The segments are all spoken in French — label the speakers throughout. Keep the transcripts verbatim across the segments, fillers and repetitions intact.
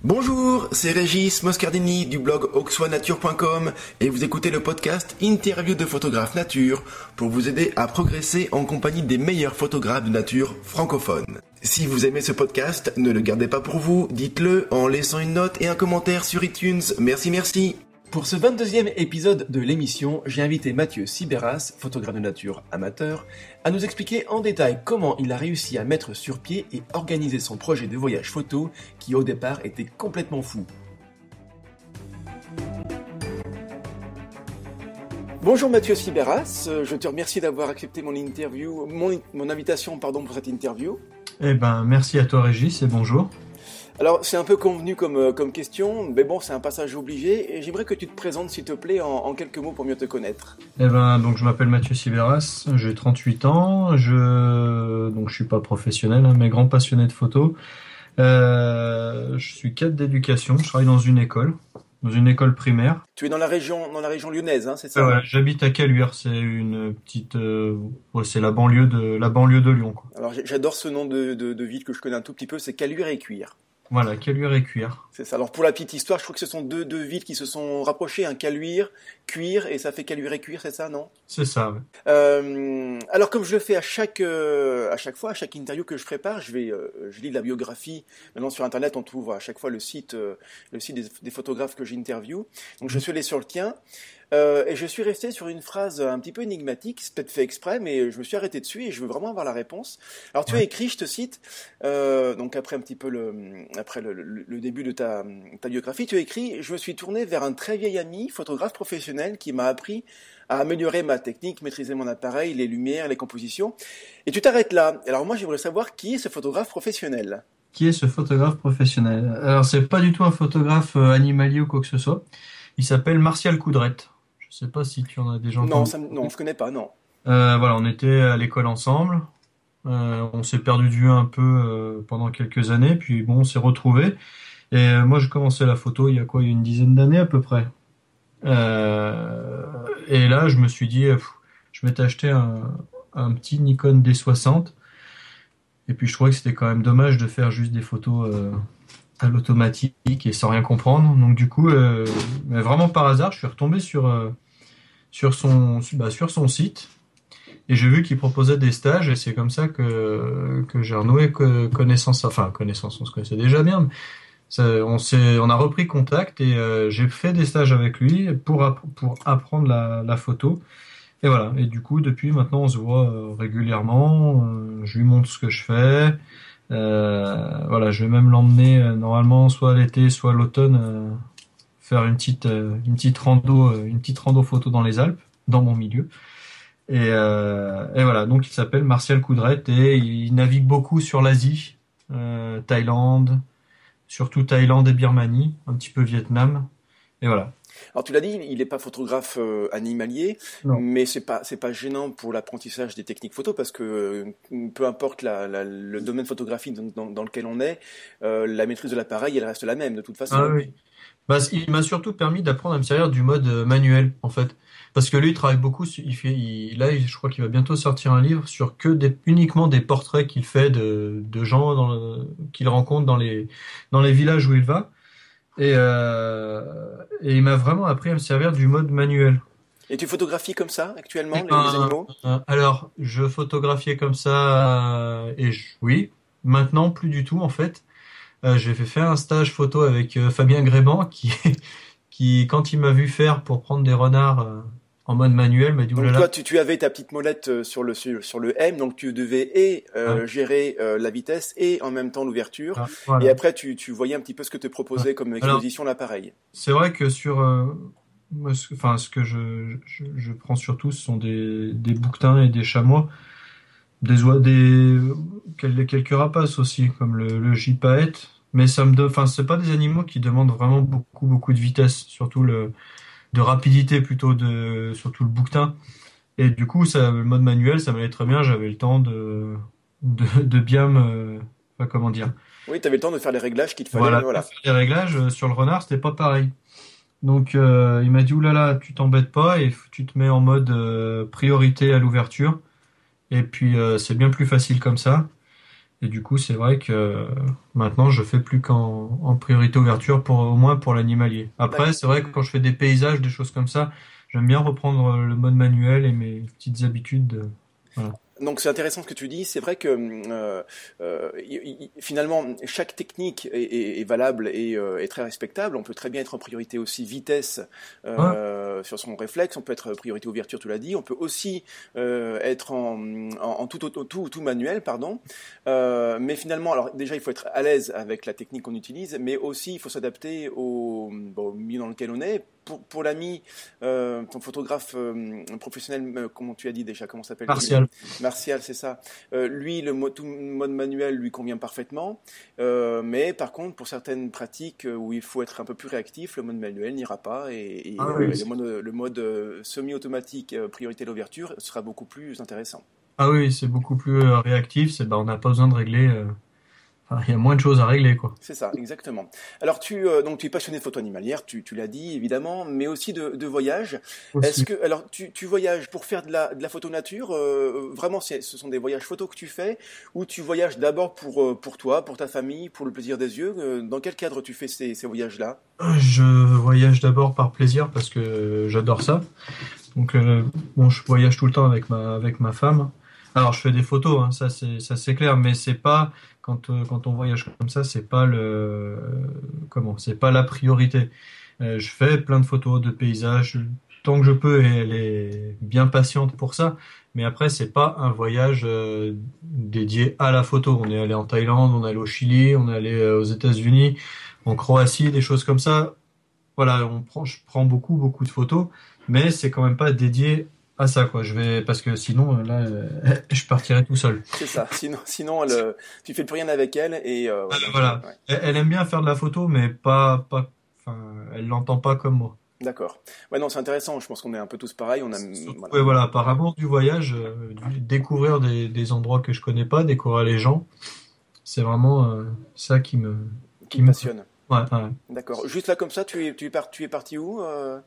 Speaker 1: Bonjour, c'est Régis Moscardini du blog auxoisnature point com et vous écoutez le podcast Interview de photographes nature pour vous aider à progresser en compagnie des meilleurs photographes de nature francophones. Si vous aimez ce podcast, ne le gardez pas pour vous, dites-le en laissant une note et un commentaire sur iTunes. Merci, merci. Pour ce vingt-deuxième épisode de l'émission, j'ai invité Mathieu Sibéras, photographe de nature amateur, à nous expliquer en détail comment il a réussi à mettre sur pied et organiser son projet de voyage photo qui au départ était complètement fou. Bonjour Mathieu Sibéras, je te remercie d'avoir accepté mon interview, mon, mon invitation pardon, pour cette interview.
Speaker 2: Eh ben, merci à toi Régis et bonjour.
Speaker 1: Alors, c'est un peu convenu comme, comme question, mais bon, c'est un passage obligé, et j'aimerais que tu te présentes, s'il te plaît, en, en quelques mots pour mieux te connaître.
Speaker 2: Eh ben, donc je m'appelle Mathieu Sibéras, j'ai trente-huit ans, je donc je suis pas professionnel, hein, mais grand passionné de photo. Euh, je suis cadre d'éducation, je travaille dans une école, dans une école primaire.
Speaker 1: Tu es dans la région, dans la région lyonnaise, hein, c'est ça?
Speaker 2: Ah ouais, j'habite à Caluire, c'est une petite, euh, ouais, c'est la banlieue de la banlieue de Lyon, quoi.
Speaker 1: Alors, j'adore ce nom de, de, de ville que je connais un tout petit peu, c'est Caluire et Cuire.
Speaker 2: Voilà, Caluire et Cuire.
Speaker 1: C'est ça. Alors pour la petite histoire, je crois que ce sont deux, deux villes qui se sont rapprochées, un hein, Caluire, Cuire, et ça fait Caluire et Cuire, c'est ça, non?
Speaker 2: C'est ça, ouais.
Speaker 1: Euh, alors comme je le fais à chaque euh, à chaque fois, à chaque interview que je prépare, je vais euh, je lis la biographie. Maintenant sur internet, on trouve à chaque fois le site euh, le site des, des photographes que j'interviewe. Donc je suis allé sur le tien. Euh, et je suis resté sur une phrase un petit peu énigmatique, c'est peut-être fait exprès, mais je me suis arrêté dessus et je veux vraiment avoir la réponse. Alors tu ouais. as écrit, je te cite, euh, donc après un petit peu le, après le, le, le début de ta, ta biographie, tu as écrit « Je me suis tourné vers un très vieil ami, photographe professionnel, qui m'a appris à améliorer ma technique, maîtriser mon appareil, les lumières, les compositions. » Et tu t'arrêtes là. Alors moi, j'aimerais savoir qui est ce photographe professionnel.
Speaker 2: Qui est ce photographe professionnel? Alors c'est pas du tout un photographe animalier ou quoi que ce soit. Il s'appelle Martial Coudrette. Je sais pas si tu en as déjà entendu.
Speaker 1: Non, ça, non, je connais pas, non.
Speaker 2: Euh, voilà, on était à l'école ensemble. Euh, on s'est perdu de vue un peu euh, pendant quelques années, puis bon, on s'est retrouvés. Et euh, moi, j'ai commencé la photo il y a quoi, il y a une dizaine d'années à peu près. Euh, et là, je me suis dit, pff, je m'étais acheté un, un petit Nikon D soixante. Et puis, je trouvais que c'était quand même dommage de faire juste des photos euh, à l'automatique et sans rien comprendre. Donc, du coup, euh, mais vraiment par hasard, je suis retombé sur euh, sur son bah, sur son site. Et j'ai vu qu'il proposait des stages et c'est comme ça que que j'ai renoué connaissance, enfin connaissance, on se connaissait déjà bien, mais ça, on s'est, on a repris contact et euh, j'ai fait des stages avec lui pour app- pour apprendre la, la photo. Et voilà. Et du coup, depuis maintenant, on se voit euh, régulièrement. Euh, je lui montre ce que je fais. Euh, voilà, je vais même l'emmener euh, normalement soit l'été, soit l'automne euh, faire une petite euh, une petite rando, euh, une petite rando photo dans les Alpes, dans mon milieu. Et, euh, et voilà, donc il s'appelle Martial Coudrette et il navigue beaucoup sur l'Asie, euh, Thaïlande, surtout Thaïlande et Birmanie, un petit peu Vietnam, et voilà.
Speaker 1: Alors tu l'as dit, il n'est pas photographe euh, animalier, non. Mais c'est pas c'est pas gênant pour l'apprentissage des techniques photo parce que euh, peu importe la, la, le domaine photographique dans, dans, dans lequel on est, euh, la maîtrise de l'appareil elle reste la même de toute façon.
Speaker 2: Ah oui. Bah, il m'a surtout permis d'apprendre à me servir du mode manuel en fait. Parce que lui, il travaille beaucoup. Il fait, il, là, je crois qu'il va bientôt sortir un livre sur que des, uniquement des portraits qu'il fait de, de gens dans le, qu'il rencontre dans les, dans les villages où il va. Et, euh, et il m'a vraiment appris à me servir du mode manuel.
Speaker 1: Et tu photographies comme ça actuellement les,
Speaker 2: ben,
Speaker 1: les animaux?
Speaker 2: euh, Alors, je photographiais comme ça euh, et je, oui. Maintenant, plus du tout en fait. Euh, j'ai fait faire un stage photo avec euh, Fabien Gréban qui, qui, quand il m'a vu faire pour prendre des renards. Euh, en mode manuel, m'a dit
Speaker 1: donc toi tu, tu avais ta petite molette sur le sur, sur le M, donc tu devais et euh, ah. gérer euh, la vitesse et en même temps l'ouverture, ah, voilà. Et après tu tu voyais un petit peu ce que te proposait ah. comme exposition Alors, l'appareil.
Speaker 2: C'est vrai que sur euh, moi, ce, enfin ce que je, je je prends surtout ce sont des des bouquetins et des chamois, des oies des quelques rapaces aussi comme le le gypaète, mais ça me enfin c'est pas des animaux qui demandent vraiment beaucoup beaucoup de vitesse, surtout le de rapidité plutôt de surtout le bouquetin et du coup ça le mode manuel ça m'allait très bien, j'avais le temps de de, de bien me enfin, comment dire
Speaker 1: oui tu avais le temps de faire les réglages qu'il te fallait.
Speaker 2: Voilà,
Speaker 1: voilà.
Speaker 2: Faire les réglages sur le renard c'était pas pareil donc euh, il m'a dit oulala tu t'embêtes pas et tu te mets en mode euh, priorité à l'ouverture et puis euh, c'est bien plus facile comme ça Et du coup, c'est vrai que euh, maintenant, je fais plus qu'en en priorité ouverture, pour, au moins pour l'animalier. Après,
Speaker 1: D'accord.
Speaker 2: c'est vrai que quand je fais des paysages, des choses comme ça, j'aime bien reprendre euh, le mode manuel et mes petites habitudes. de- Voilà.
Speaker 1: Donc c'est intéressant ce que tu dis. C'est vrai que euh, euh, y- y- finalement chaque technique est, est- est valable et euh, est très respectable. On peut très bien être en priorité aussi vitesse
Speaker 2: Ouais,
Speaker 1: euh, sur son réflexe. On peut être priorité ouverture, tu l'as dit. On peut aussi euh, être en, en, en tout, auto- tout tout manuel, pardon. Euh, mais finalement, alors déjà il faut être à l'aise avec la technique qu'on utilise, mais aussi il faut s'adapter au, bon, au milieu dans lequel on est. Pour, pour l'ami, euh, ton photographe euh, professionnel, euh, comment tu as dit déjà, comment s'appelle-t-il?
Speaker 2: Martial.
Speaker 1: Martial, c'est ça. Euh, lui, le mode, tout mode manuel lui convient parfaitement. Euh, mais par contre, pour certaines pratiques euh, où il faut être un peu plus réactif, le mode manuel n'ira pas. Et, et,
Speaker 2: Ah
Speaker 1: euh,
Speaker 2: oui,
Speaker 1: et le mode, le mode euh, semi-automatique, euh, priorité à l'ouverture, sera beaucoup plus intéressant.
Speaker 2: ah oui, c'est beaucoup plus euh, réactif. C'est, ben, on n'a pas besoin de régler. euh, Enfin, il y a moins de choses à régler, quoi.
Speaker 1: C'est ça, exactement. Alors tu, euh, donc tu es passionné de photo animalière, tu, tu l'as dit évidemment, mais aussi de, de voyage. Est-ce
Speaker 2: Aussi.
Speaker 1: que, alors tu, tu voyages pour faire de la, de la photo nature, euh, vraiment c'est- ce sont des voyages photos que tu fais, ou tu voyages d'abord pour, euh, pour toi, pour ta famille, pour le plaisir des yeux. Euh, dans quel cadre tu fais ces, ces voyages-là?
Speaker 2: Je voyage d'abord par plaisir parce que j'adore ça. Donc, euh, bon, je voyage tout le temps avec ma, avec ma femme. Alors, je fais des photos, hein, ça c'est, ça c'est clair, mais c'est pas, quand, euh, quand on voyage comme ça, c'est pas le, comment, c'est pas la priorité. Euh, je fais plein de photos de paysages, tant que je peux, et elle est bien patiente pour ça. Mais après, c'est pas un voyage euh, dédié à la photo. On est allé en Thaïlande, on est allé au Chili, on est allé euh, aux États-Unis, en Croatie, des choses comme ça. Voilà, on prend, je prends beaucoup, beaucoup de photos, mais c'est quand même pas dédié à ça, quoi. Je vais, parce que sinon, euh, là, euh, je partirai tout seul.
Speaker 1: C'est ça. Sinon, sinon elle, euh, tu fais plus rien avec elle et euh,
Speaker 2: Euh,
Speaker 1: ouais, donc,
Speaker 2: Voilà.
Speaker 1: ouais.
Speaker 2: Elle, elle aime bien faire de la photo, mais pas, pas, enfin, elle l'entend pas comme moi.
Speaker 1: D'accord. Ouais, non, c'est intéressant. Je pense qu'on est un peu tous pareils. On a,
Speaker 2: Surtout,
Speaker 1: voilà.
Speaker 2: ouais, voilà, par amour du voyage, euh, du- découvrir des, des endroits que je connais pas, découvrir les gens, c'est vraiment euh, ça qui me,
Speaker 1: Qui
Speaker 2: qui
Speaker 1: te
Speaker 2: me,
Speaker 1: passionne.
Speaker 2: ouais, ouais.
Speaker 1: D'accord. Juste là comme ça, tu es, tu es, par- tu es parti où? euh,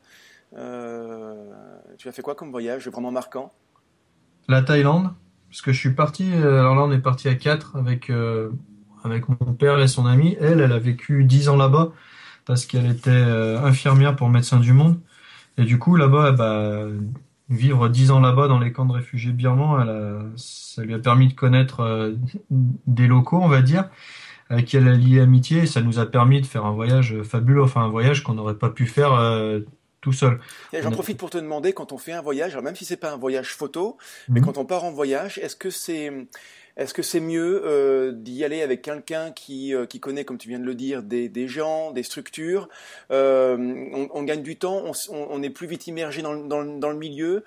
Speaker 1: Euh, tu as fait quoi comme voyage vraiment marquant?
Speaker 2: La Thaïlande, parce que je suis parti, euh, alors là, on est parti à quatre avec, euh, avec mon père et son ami. Elle, elle a vécu dix ans là-bas parce qu'elle était euh, infirmière pour Médecins du Monde. Et du coup, là-bas, bah, vivre dix ans là-bas dans les camps de réfugiés birmans, elle a- ça lui a permis de connaître euh, des locaux, on va dire, avec qui elle a lié amitié. Et ça nous a permis de faire un voyage fabuleux, enfin un voyage qu'on n'aurait pas pu faire euh, tout seul.
Speaker 1: Et j'en
Speaker 2: On a-
Speaker 1: profite pour te demander, quand on fait un voyage, alors même si c'est pas un voyage photo, mais
Speaker 2: Mhm.
Speaker 1: quand on part en voyage, est-ce que c'est est-ce que c'est mieux euh, d'y aller avec quelqu'un qui, euh, qui connaît, comme tu viens de le dire, des, des gens, des structures, euh, on, on gagne du temps, on, s- on- on est plus vite immergé dans, le- dans, le- dans le milieu.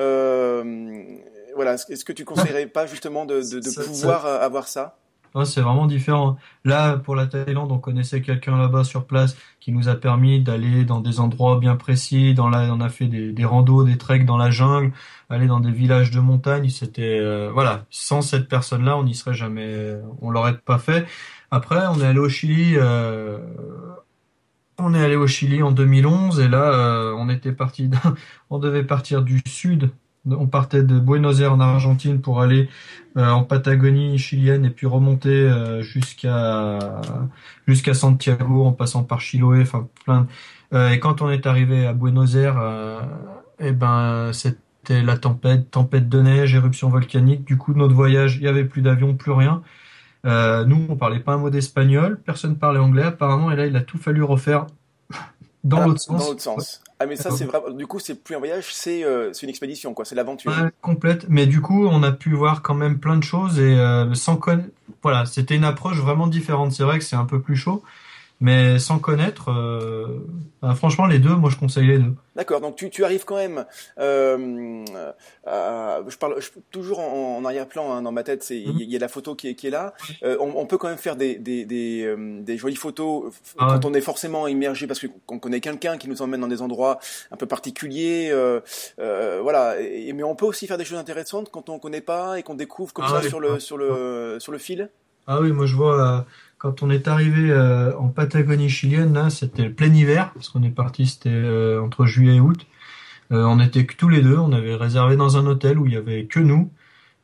Speaker 1: euh, voilà, est-ce que tu conseillerais pas justement de, de, de
Speaker 2: Ça- ça-
Speaker 1: pouvoir euh, avoir ça?
Speaker 2: Ouais, c'est vraiment différent. Là, pour la Thaïlande, on connaissait quelqu'un là-bas sur place qui nous a permis d'aller dans des endroits bien précis. Dans la, on a fait des, des randos, des treks dans la jungle, aller dans des villages de montagne. C'était, euh, voilà. Sans cette personne-là, on n'y serait jamais, on l'aurait pas fait. Après, on est allé au Chili. euh, on est allé au Chili en deux mille onze et là, euh, on était parti. d'un- On devait partir du sud. On partait de Buenos Aires en Argentine pour aller euh, en Patagonie chilienne et puis remonter euh, jusqu'à jusqu'à Santiago en passant par Chiloé, enfin plein. Euh, et quand on est arrivé à Buenos Aires, euh, eh ben c'était la tempête, tempête de neige, éruption volcanique. Du coup, notre voyage, il y avait plus d'avion, plus rien. Euh, nous, on parlait pas un mot d'espagnol, personne parlait anglais apparemment, et là, il a tout fallu refaire dans
Speaker 1: Ah,
Speaker 2: l'autre
Speaker 1: dans
Speaker 2: sens.
Speaker 1: l'autre sens. Ah mais ça c'est vrai. Du coup c'est plus un voyage, c'est euh, c'est une expédition quoi, c'est l'aventure.
Speaker 2: Ouais, complète, mais du coup, on a pu voir quand même plein de choses et euh, sans connaître. Voilà, c'était une approche vraiment différente. C'est vrai que c'est un peu plus chaud, mais sans connaître, euh, bah, franchement, les deux, moi, je conseille les deux.
Speaker 1: D'accord, donc tu, tu arrives quand même. Euh, à- je parle je- toujours en, en arrière-plan hein, dans ma tête. C'est il
Speaker 2: Mhm.
Speaker 1: y a la photo qui est, qui est là. Euh, on, on peut quand même faire des des des, euh, des jolies photos f-
Speaker 2: Ah ouais.
Speaker 1: quand on est forcément immergé parce que qu'on connaît quelqu'un qui nous emmène dans des endroits un peu particuliers. Euh, euh, voilà. Et- mais on peut aussi faire des choses intéressantes quand on connaît pas et qu'on découvre comme
Speaker 2: Ah
Speaker 1: ça
Speaker 2: ouais.
Speaker 1: sur le sur le sur le fil.
Speaker 2: Ah oui, moi je vois euh, quand on est arrivé euh, en Patagonie chilienne, là, c'était le plein hiver, parce qu'on est parti, c'était euh, entre juillet et août. Euh, on était que tous les deux, on avait réservé dans un hôtel où il y avait que nous.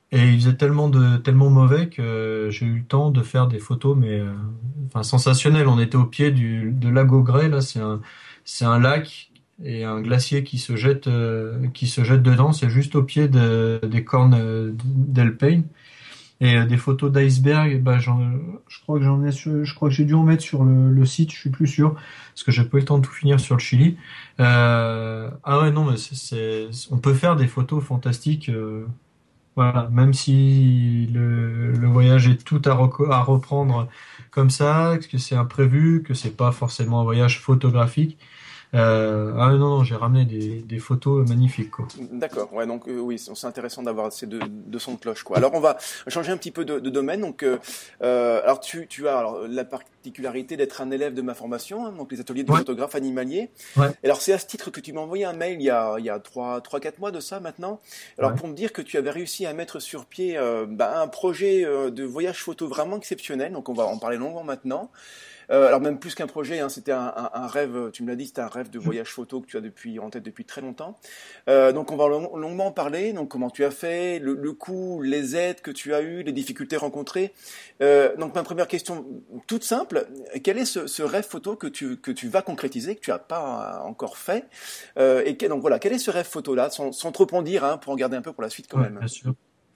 Speaker 2: Et il faisait tellement de tellement mauvais que j'ai eu le temps de faire des photos, mais euh, enfin sensationnelles. On était au pied du de lago Grey, là, c'est un c'est un lac et un glacier qui se jette euh, qui se jette dedans. C'est juste au pied de, des cornes euh, d'Alpine. Et euh, des photos d'iceberg, bah j'en, je crois que j'en ai, sur- je crois que j'ai dû en mettre sur le, le site, je suis plus sûr, parce que j'ai pas eu le temps de tout finir sur le Chili. Euh, ah ouais, non, mais c'est, c'est, on peut faire des photos fantastiques. euh, voilà, même si le, le voyage est tout à, reco- à reprendre comme ça, que c'est imprévu, que c'est pas forcément un voyage photographique. Euh, ah non, non, j'ai ramené des, des photos magnifiques, quoi.
Speaker 1: D'accord, ouais, donc euh, oui, c'est intéressant d'avoir ces deux, deux sons de cloche, quoi. Alors on va changer un petit peu de, de domaine. Donc, euh, euh, alors tu, tu as alors, la particularité d'être un élève de ma formation, hein, donc les ateliers de
Speaker 2: Ouais,
Speaker 1: photographe animalier.
Speaker 2: ouais,
Speaker 1: Et alors c'est à ce titre que tu m'as envoyé un mail il y a il y a trois trois quatre mois de ça maintenant. Alors
Speaker 2: ouais.
Speaker 1: pour me dire que tu avais réussi à mettre sur pied euh, bah, un projet euh, de voyage photo vraiment exceptionnel. Donc on va en parler longuement maintenant. Euh, alors même plus qu'un projet, hein, c'était un, un, un rêve, tu me l'as dit, c'était un rêve de voyage photo que tu as depuis, en tête depuis très longtemps. Euh, donc on va long, longuement en parler, donc comment tu as fait, le, le coût, les aides que tu as eues, les difficultés rencontrées. Euh, donc ma première question, toute simple, quel est ce, ce rêve photo que tu, que tu vas concrétiser, que tu n'as pas encore fait euh, et que, donc voilà, quel est ce rêve photo-là, sans, sans trop en dire, hein, pour en garder un peu pour la suite quand
Speaker 2: Ouais,
Speaker 1: même.
Speaker 2: bien sûr.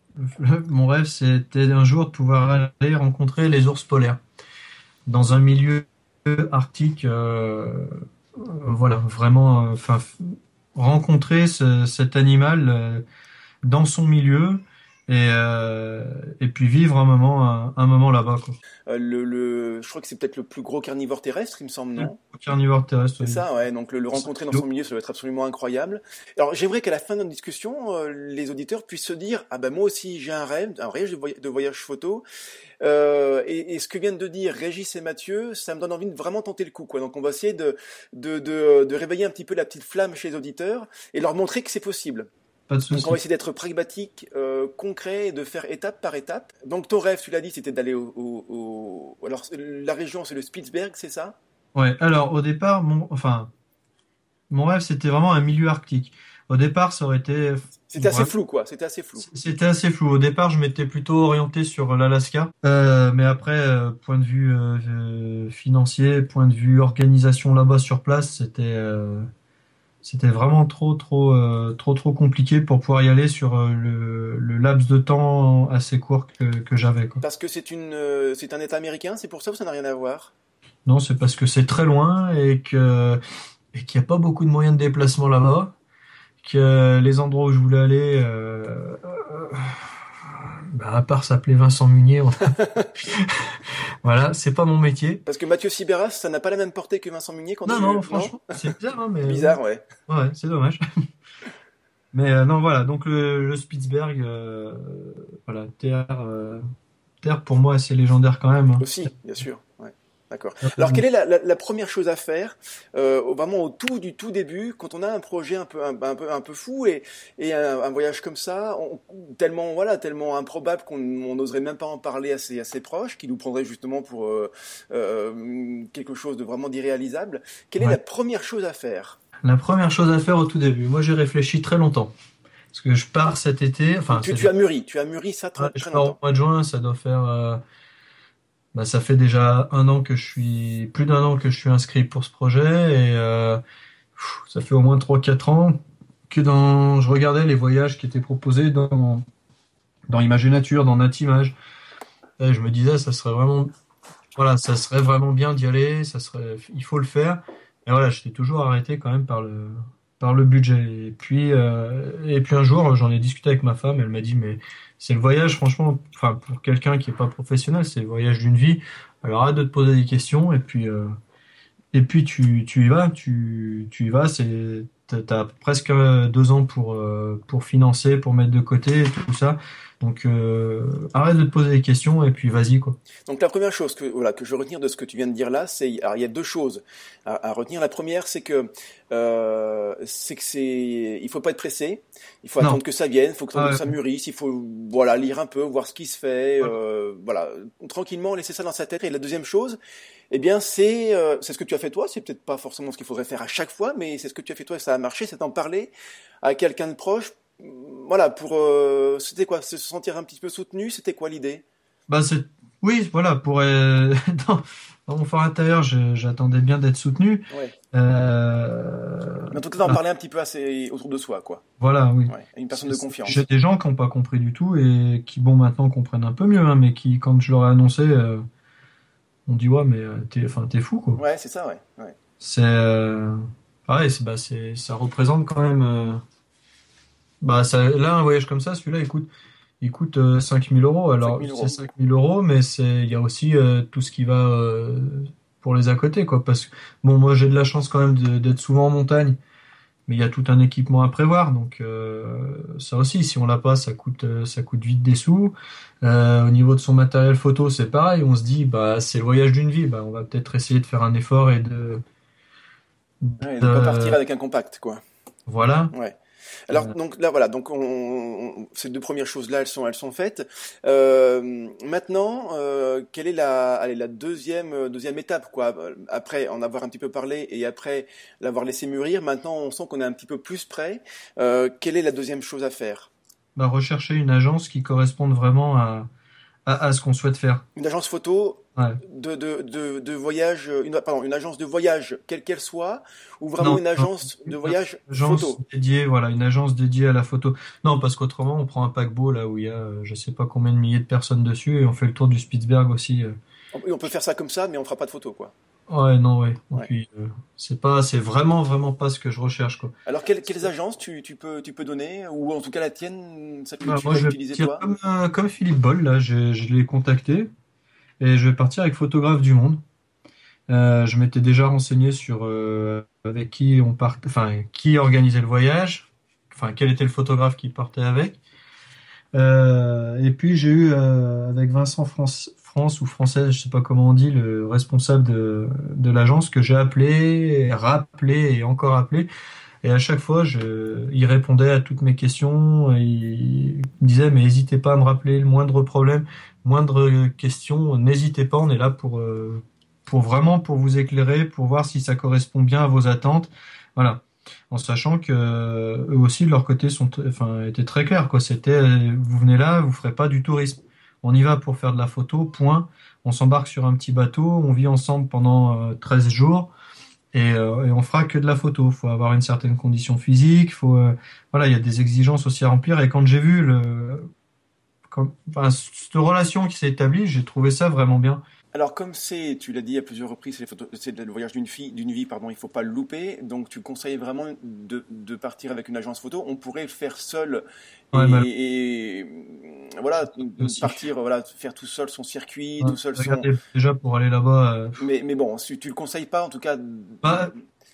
Speaker 2: Mon rêve, c'était un jour de pouvoir aller rencontrer les ours polaires dans un milieu arctique. Euh, euh, voilà, vraiment, euh, enfin, f- rencontrer ce- cet animal euh, dans son milieu et euh, et puis vivre un moment, un, un moment là-bas, quoi.
Speaker 1: Euh, le, le, je crois que c'est peut-être le plus gros carnivore terrestre, il me semble,
Speaker 2: Ouais.
Speaker 1: non?
Speaker 2: Carnivore terrestre,
Speaker 1: C'est
Speaker 2: oui.
Speaker 1: ça, ouais. Donc le, le
Speaker 2: Cinq
Speaker 1: rencontrer dans son
Speaker 2: kilos.
Speaker 1: milieu, ça doit être absolument incroyable. Alors j'aimerais qu'à la fin de notre discussion, euh, les auditeurs puissent se dire, ah ben moi aussi j'ai un rêve, un voyage de, voy- de voyage photo. Euh, et, et ce que viennent de dire Régis et Mathieu, ça me donne envie de vraiment tenter le coup, quoi. Donc on va essayer de, de, de, de réveiller un petit peu la petite flamme chez les auditeurs et leur montrer que c'est possible.
Speaker 2: Pas de
Speaker 1: Donc on va
Speaker 2: souci.
Speaker 1: essayer d'être pragmatique, euh, concret et de faire étape par étape. Donc ton rêve, tu l'as dit, c'était d'aller au, au, au... Alors la région, c'est le Spitzberg, c'est ça?
Speaker 2: Ouais. Alors au départ, mon, enfin, mon rêve, c'était vraiment un milieu arctique. Au départ, ça aurait été
Speaker 1: C'était assez
Speaker 2: vraiment.
Speaker 1: flou, quoi. C'était assez flou.
Speaker 2: C'était assez flou. Au départ, je m'étais plutôt orienté sur l'Alaska. Euh, mais après, euh, point de vue euh, euh, financier, point de vue organisation là-bas sur place, c'était euh, c'était vraiment trop trop euh, trop trop compliqué pour pouvoir y aller sur euh, le, le laps de temps assez court que, que j'avais, quoi.
Speaker 1: Parce que c'est une, euh, c'est un État américain, c'est pour ça ou ça n'a rien à voir?
Speaker 2: Non, c'est parce que c'est très loin et que et qu'il n'y a pas beaucoup de moyens de déplacement là-bas. Que les endroits où je voulais aller, euh, euh, bah, à part s'appeler Vincent Munier, on- voilà, c'est pas mon métier.
Speaker 1: Parce que Mathieu Sibéras, ça n'a pas la même portée que Vincent Munier quand
Speaker 2: Non,
Speaker 1: tu...
Speaker 2: non,
Speaker 1: Non?
Speaker 2: franchement, c'est bizarre, hein, mais
Speaker 1: Bizarre, ouais.
Speaker 2: ouais, c'est dommage. Mais euh, non, voilà, donc le, le Spitzberg, euh, voilà, terre, euh, terre pour moi, c'est légendaire quand même, hein.
Speaker 1: Aussi, bien sûr. Ouais. D'accord.
Speaker 2: Terre de
Speaker 1: Alors, quelle
Speaker 2: mon-
Speaker 1: est la, la- la première chose à faire, euh, au- vraiment au tout du tout début, quand on a un projet un peu un, un peu un peu fou et, et un, un voyage comme ça, on- tellement voilà, tellement improbable qu'on on n'oserait même pas en parler à ses, à ses proches, qui nous prendraient justement pour euh, euh, quelque chose de vraiment d'irréalisable. Quelle est
Speaker 2: Ouais.
Speaker 1: la première chose à faire?
Speaker 2: La première chose à faire au tout début, moi j'ai réfléchi très longtemps. Parce que je pars cet été,
Speaker 1: Donc,
Speaker 2: enfin
Speaker 1: tu,
Speaker 2: cet
Speaker 1: tu as
Speaker 2: été,
Speaker 1: mûri, tu as mûri ça
Speaker 2: ouais,
Speaker 1: très,
Speaker 2: je
Speaker 1: très
Speaker 2: pars au
Speaker 1: longtemps.
Speaker 2: mois de juin, ça doit faire, euh, bah, ça fait déjà un an que je suis, plus d'un an que je suis inscrit pour ce projet et euh, pff, ça fait au moins trois quatre ans que dans, je regardais les voyages qui étaient proposés dans, dans Image et Nature, dans Natimage. Et je me disais, ça serait vraiment, voilà, ça serait vraiment bien d'y aller, ça serait, il faut le faire. Et voilà, j'étais toujours arrêté quand même par le, par le budget. Et puis, euh, et puis un jour, j'en ai discuté avec ma femme, elle m'a dit, mais c'est le voyage, franchement, enfin, pour quelqu'un qui est pas professionnel, c'est le voyage d'une vie. Alors arrête de te poser des questions et puis, euh, et puis tu, tu y vas, tu, tu y vas, c'est, t'as, t'as presque deux ans pour, euh, pour financer, pour mettre de côté et tout ça. Donc, euh, arrête de te poser des questions et puis vas-y, quoi.
Speaker 1: Donc la première chose que voilà que je veux retenir de ce que tu viens de dire là, c'est alors il y a deux choses à, à retenir. La première, c'est que euh, c'est que c'est il faut pas être pressé, il faut
Speaker 2: Non.
Speaker 1: attendre que ça vienne, il faut attendre que
Speaker 2: Ah
Speaker 1: ça
Speaker 2: ouais.
Speaker 1: mûrisse, il faut voilà lire un peu, voir ce qui se fait, euh, voilà tranquillement laisser ça dans sa tête. Et la deuxième chose, eh bien c'est euh, c'est ce que tu as fait toi. C'est peut-être pas forcément ce qu'il faudrait faire à chaque fois, mais c'est ce que tu as fait toi et ça a marché, c'est d'en parler à quelqu'un de proche voilà, pour, euh, c'était quoi? Se sentir un petit peu soutenu, c'était quoi l'idée?
Speaker 2: Bah c'est oui, voilà, pour euh, dans, dans mon fort intérieur, je- j'attendais bien d'être soutenu.
Speaker 1: Ouais.
Speaker 2: Euh,
Speaker 1: Mais en tout cas, d'en
Speaker 2: bah,
Speaker 1: parler un petit peu assez autour de soi, quoi.
Speaker 2: voilà, oui.
Speaker 1: Ouais, à une personne
Speaker 2: C'est-
Speaker 1: de
Speaker 2: c'est- J'ai
Speaker 1: confiance.
Speaker 2: des gens qui n'ont pas compris du tout et qui, bon, maintenant comprennent un peu mieux, hein, mais qui, quand je leur ai annoncé, euh, on dit ouais, mais euh, t'es, enfin, t'es fou, quoi.
Speaker 1: Ouais, c'est ça, ouais. Ouais.
Speaker 2: C'est euh, pareil, c'est, bah, c'est, ça représente quand même. euh, bah, ça, là, un voyage comme ça, celui-là, il coûte, il coûte euh, cinq mille euros.
Speaker 1: cinq
Speaker 2: Alors,
Speaker 1: mille
Speaker 2: c'est
Speaker 1: euros.
Speaker 2: cinq mille euros, mais c'est, il y a aussi euh, tout ce qui va euh, pour les à côté, quoi. Parce que, bon, moi, j'ai de la chance quand même de- d'être souvent en montagne, mais il y a tout un équipement à prévoir. Donc, euh, ça aussi, si on l'a pas, ça coûte, euh, ça coûte vite des sous. Euh, au niveau de son matériel photo, c'est pareil. On se dit, bah, c'est le voyage d'une vie. Bah, on va peut-être essayer de faire un effort et de,
Speaker 1: Ouais, de pas partir
Speaker 2: de-
Speaker 1: avec un compact, quoi.
Speaker 2: voilà.
Speaker 1: Ouais. Alors
Speaker 2: Euh,
Speaker 1: donc là voilà donc on, on- ces deux premières choses là elles sont elles sont faites. Euh, maintenant euh, quelle est la allez la deuxième euh, deuxième étape quoi après en avoir un petit peu parlé et après l'avoir laissé mûrir maintenant on sent qu'on est un petit peu plus prêt. Euh, quelle est la deuxième chose à faire?
Speaker 2: bah, rechercher une agence qui corresponde vraiment à, à, à ce qu'on souhaite faire.
Speaker 1: Une agence photo
Speaker 2: Ouais.
Speaker 1: de de de, de voyage une pardon une agence de voyage quelle qu'elle soit ou vraiment
Speaker 2: Non,
Speaker 1: une
Speaker 2: non,
Speaker 1: agence de
Speaker 2: une
Speaker 1: voyage
Speaker 2: agence
Speaker 1: photo.
Speaker 2: dédiée, voilà, une agence dédiée à la photo. Non, parce qu'autrement, on prend un paquebot là où il y a, euh, je sais pas combien de milliers de personnes dessus et on fait le tour du Spitzberg aussi. euh.
Speaker 1: On, on peut faire ça comme ça mais on fera pas de photo quoi.
Speaker 2: Ouais, non, ouais. Et
Speaker 1: Ouais.
Speaker 2: puis, euh, c'est pas, c'est vraiment, vraiment pas ce que je recherche, quoi.
Speaker 1: Alors, quelles, quelles agences tu, tu peux, tu peux donner, ou en tout cas la tienne, celle que
Speaker 2: Bah,
Speaker 1: tu
Speaker 2: moi,
Speaker 1: vas
Speaker 2: je vais
Speaker 1: utiliser
Speaker 2: partir
Speaker 1: toi?
Speaker 2: comme, euh, comme Philippe Boll, là, je, je l'ai contacté et je vais partir avec Photographe du Monde. Euh, je m'étais déjà renseigné sur euh, avec qui on part, enfin, qui organisait le voyage, enfin, quel était le photographe qui partait avec. Euh, et puis j'ai eu euh, avec Vincent France, France ou Française, je sais pas comment on dit, le responsable de, de l'agence que j'ai appelé, rappelé et encore appelé. Et à chaque fois, je, il répondait à toutes mes questions. Il me disait, mais n'hésitez pas à me rappeler le moindre problème, moindre question, n'hésitez pas, on est là pour, euh, pour vraiment pour vous éclairer, pour voir si ça correspond bien à vos attentes. Voilà. En sachant que euh, eux aussi de leur côté sont, enfin, étaient très clairs, quoi. C'était, euh, vous venez là, vous ferez pas du tourisme. On y va pour faire de la photo, point. On s'embarque sur un petit bateau, on vit ensemble pendant euh, treize jours et, euh, et on fera que de la photo. Faut avoir une certaine condition physique, faut, euh, voilà, il y a des exigences aussi à remplir. Et quand j'ai vu le, quand, enfin, cette relation qui s'est établie, j'ai trouvé ça vraiment bien.
Speaker 1: Alors, comme c'est, tu l'as dit à plusieurs reprises, c'est les photos- c'est le voyage d'une fille, d'une vie, pardon, il faut pas le louper. Donc, tu conseilles vraiment de, de partir avec une agence photo. On pourrait le faire seul
Speaker 2: Ouais, mal
Speaker 1: et, et, voilà,
Speaker 2: aussi.
Speaker 1: partir, voilà, faire tout seul son circuit,
Speaker 2: Ouais,
Speaker 1: tout seul son.
Speaker 2: regardez, déjà pour aller là-bas, euh,
Speaker 1: Mais, mais bon, si tu le conseilles pas, en tout cas.
Speaker 2: bah,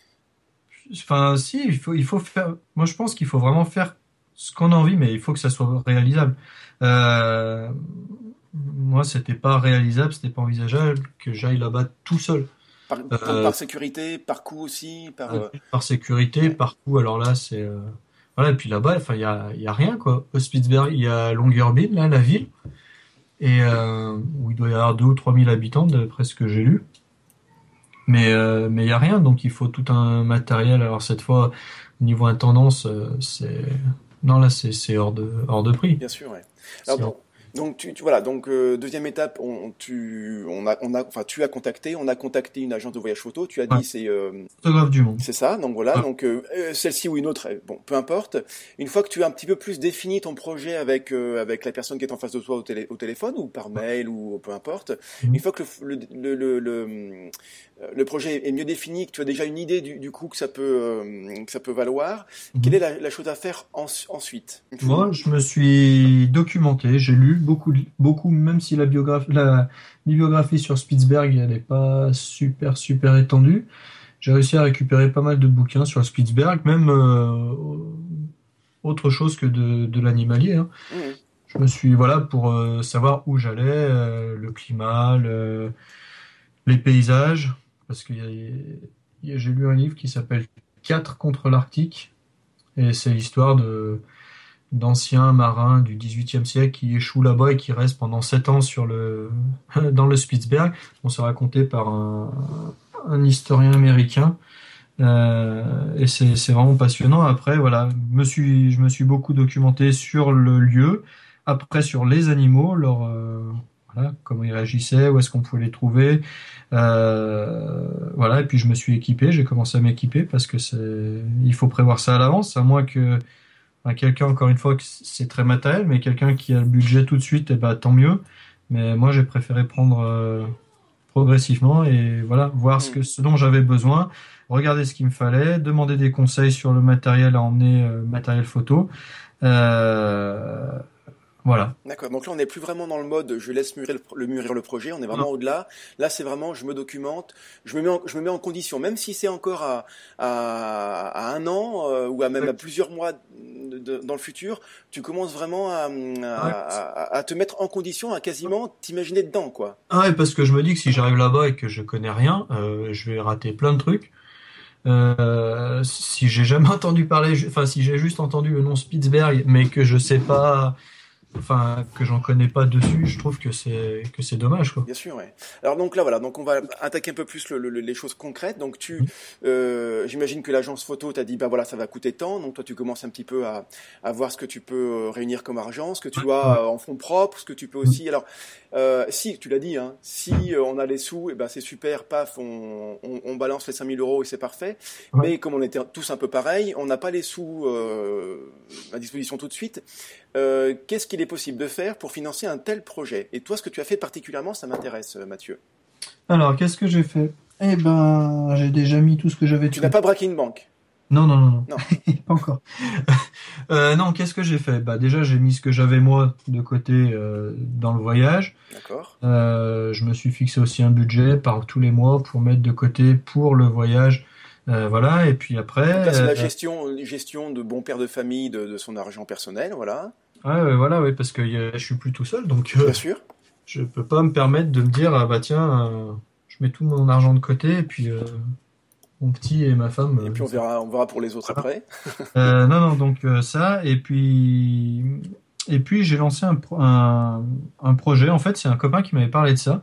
Speaker 2: enfin, si, il faut, il faut faire. Moi, je pense qu'il faut vraiment faire ce qu'on a envie, mais il faut que ça soit réalisable. Euh, moi, c'était pas réalisable, c'était pas envisageable que j'aille là-bas tout seul.
Speaker 1: Par, donc,
Speaker 2: Euh,
Speaker 1: par sécurité, par coût aussi, par.
Speaker 2: euh,
Speaker 1: euh,
Speaker 2: Par sécurité,
Speaker 1: ouais.
Speaker 2: par coup. Alors là, c'est euh, voilà. Et puis là-bas, enfin, il y a, il y a rien quoi. Au Spitzberg, il y a Longyearbyen, là, la ville, et euh, où il doit y avoir deux ou trois mille habitants, d'après ce que j'ai lu. Mais euh, mais il y a rien, donc il faut tout un matériel. Alors cette fois, au niveau intendance, euh, c'est non là, c'est c'est hors de hors de prix.
Speaker 1: Bien sûr, ouais. Alors
Speaker 2: C'est hors-
Speaker 1: bon, donc tu, tu- voilà, donc euh, deuxième étape, on, tu, on a, on a, enfin tu as contacté, on a contacté une agence de voyage photo. Tu as
Speaker 2: Ouais,
Speaker 1: dit c'est, euh,
Speaker 2: photographe du monde.
Speaker 1: c'est ça. Donc voilà,
Speaker 2: Ouais.
Speaker 1: donc euh, euh, celle-ci ou une autre, euh, bon, peu importe. Une fois que tu as un petit peu plus défini ton projet avec euh, avec la personne qui est en face de toi au, télé, au téléphone ou par mail ou peu importe. Une
Speaker 2: Mhm.
Speaker 1: fois que le, le, le, le, le, le projet est mieux défini, que tu as déjà une idée du, du coût que ça peut euh, que ça peut valoir, quelle est
Speaker 2: Mhm.
Speaker 1: la, la chose à faire en- ensuite? Une fois-
Speaker 2: Moi, je me suis documenté, j'ai lu beaucoup, beaucoup, même si la biographie, la bibliographie sur Spitzberg, elle n'est pas super, super étendue. J'ai réussi à récupérer pas mal de bouquins sur Spitzberg, même euh, autre chose que de, de l'animalier, hein.
Speaker 1: Mhm.
Speaker 2: Je me suis, voilà, pour euh, savoir où j'allais, euh, le climat, le- les paysages, parce que j'ai lu un livre qui s'appelle Quatre contre l'Arctique, et c'est l'histoire de d'anciens marins du dix-huitième siècle qui échouent là-bas et qui restent pendant sept ans sur le, dans le Spitzberg. On s'est raconté par un, un historien américain. Euh, et c'est, c'est vraiment passionnant. Après, voilà, me suis, je me suis beaucoup documenté sur le lieu, après sur les animaux, leur, euh, voilà, comment ils réagissaient, où est-ce qu'on pouvait les trouver. Euh, voilà, et puis je me suis équipé, j'ai commencé à m'équiper parce que c'est, il faut prévoir ça à l'avance, à moins que enfin, quelqu'un, encore une fois, que c'est très matériel, mais quelqu'un qui a le budget tout de suite, eh ben, tant mieux. Mais moi, j'ai préféré prendre euh, progressivement et voilà, voir ce
Speaker 1: Hmm.
Speaker 2: que, ce dont j'avais besoin, regarder ce qu'il me fallait, demander des conseils sur le matériel à emmener, euh, matériel photo. Euh, voilà.
Speaker 1: D'accord. Donc là, on n'est plus vraiment dans le mode je laisse mûrir le, le mûrir le projet. On est
Speaker 2: Non.
Speaker 1: vraiment au-delà. Là, c'est vraiment je me documente, je me mets en, je me mets en condition, même si c'est encore à, à, à un an euh, ou à même à plusieurs mois de- de- dans le futur. Tu commences vraiment à,
Speaker 2: Ouais.
Speaker 1: à, à- à te mettre en condition, à quasiment t'imaginer dedans, quoi.
Speaker 2: Ah ouais, parce que je me dis que si j'arrive là-bas et que je connais rien, euh, je vais rater plein de trucs. Euh, si j'ai jamais entendu parler, enfin si j'ai juste entendu le nom Spitzberg, mais que je sais pas, enfin que j'en connais pas dessus, je trouve que c'est que c'est dommage quoi.
Speaker 1: Bien sûr, ouais. Alors donc là, voilà, donc on va attaquer un peu plus le- le- les choses concrètes. Donc tu, euh, j'imagine que l'agence photo t'a dit, bah voilà, ça va coûter tant. Donc toi, tu commences un petit peu à, à voir ce que tu peux euh, réunir comme argent, ce que tu
Speaker 2: Ouais.
Speaker 1: as euh, en fonds propres, ce que tu peux aussi. Alors, euh, si tu l'as dit, hein, si euh, on a les sous, et ben c'est super, paf, on, on, on balance les cinq mille euros et c'est parfait.
Speaker 2: Ouais.
Speaker 1: Mais comme on était tous un peu pareil, on n'a pas les sous euh, à disposition tout de suite. Euh, qu'est-ce qu'il est possible de faire pour financer un tel projet? Et toi, ce que tu as fait particulièrement, ça m'intéresse, euh, Mathieu.
Speaker 2: Alors, qu'est-ce que j'ai fait? Eh ben, j'ai déjà mis tout ce que j'avais de
Speaker 1: Tu n'as
Speaker 2: côté.
Speaker 1: pas braqué une banque?
Speaker 2: Non, non, non, non,
Speaker 1: Non.
Speaker 2: pas encore. Euh, non, qu'est-ce que j'ai fait? Bah déjà, j'ai mis ce que j'avais moi de côté euh, dans le voyage.
Speaker 1: D'accord.
Speaker 2: Euh, je me suis fixé aussi un budget par tous les mois pour mettre de côté pour le voyage. Euh, voilà, et puis après,
Speaker 1: Donc là, c'est la
Speaker 2: euh,
Speaker 1: gestion, gestion de bon père de famille de, de son argent personnel, voilà.
Speaker 2: ouais, ouais, voilà, ouais, parce que y a- je suis plus tout seul, donc euh,
Speaker 1: Bien sûr.
Speaker 2: je peux pas me permettre de me dire, ah bah tiens, euh, je mets tout mon argent de côté, et puis euh, mon petit et ma femme.
Speaker 1: Et
Speaker 2: euh,
Speaker 1: puis on verra, on verra pour les autres après.
Speaker 2: Euh, non, non, donc euh, ça, et puis, et puis j'ai lancé un, pro- un, un projet. En fait, c'est un copain qui m'avait parlé de ça,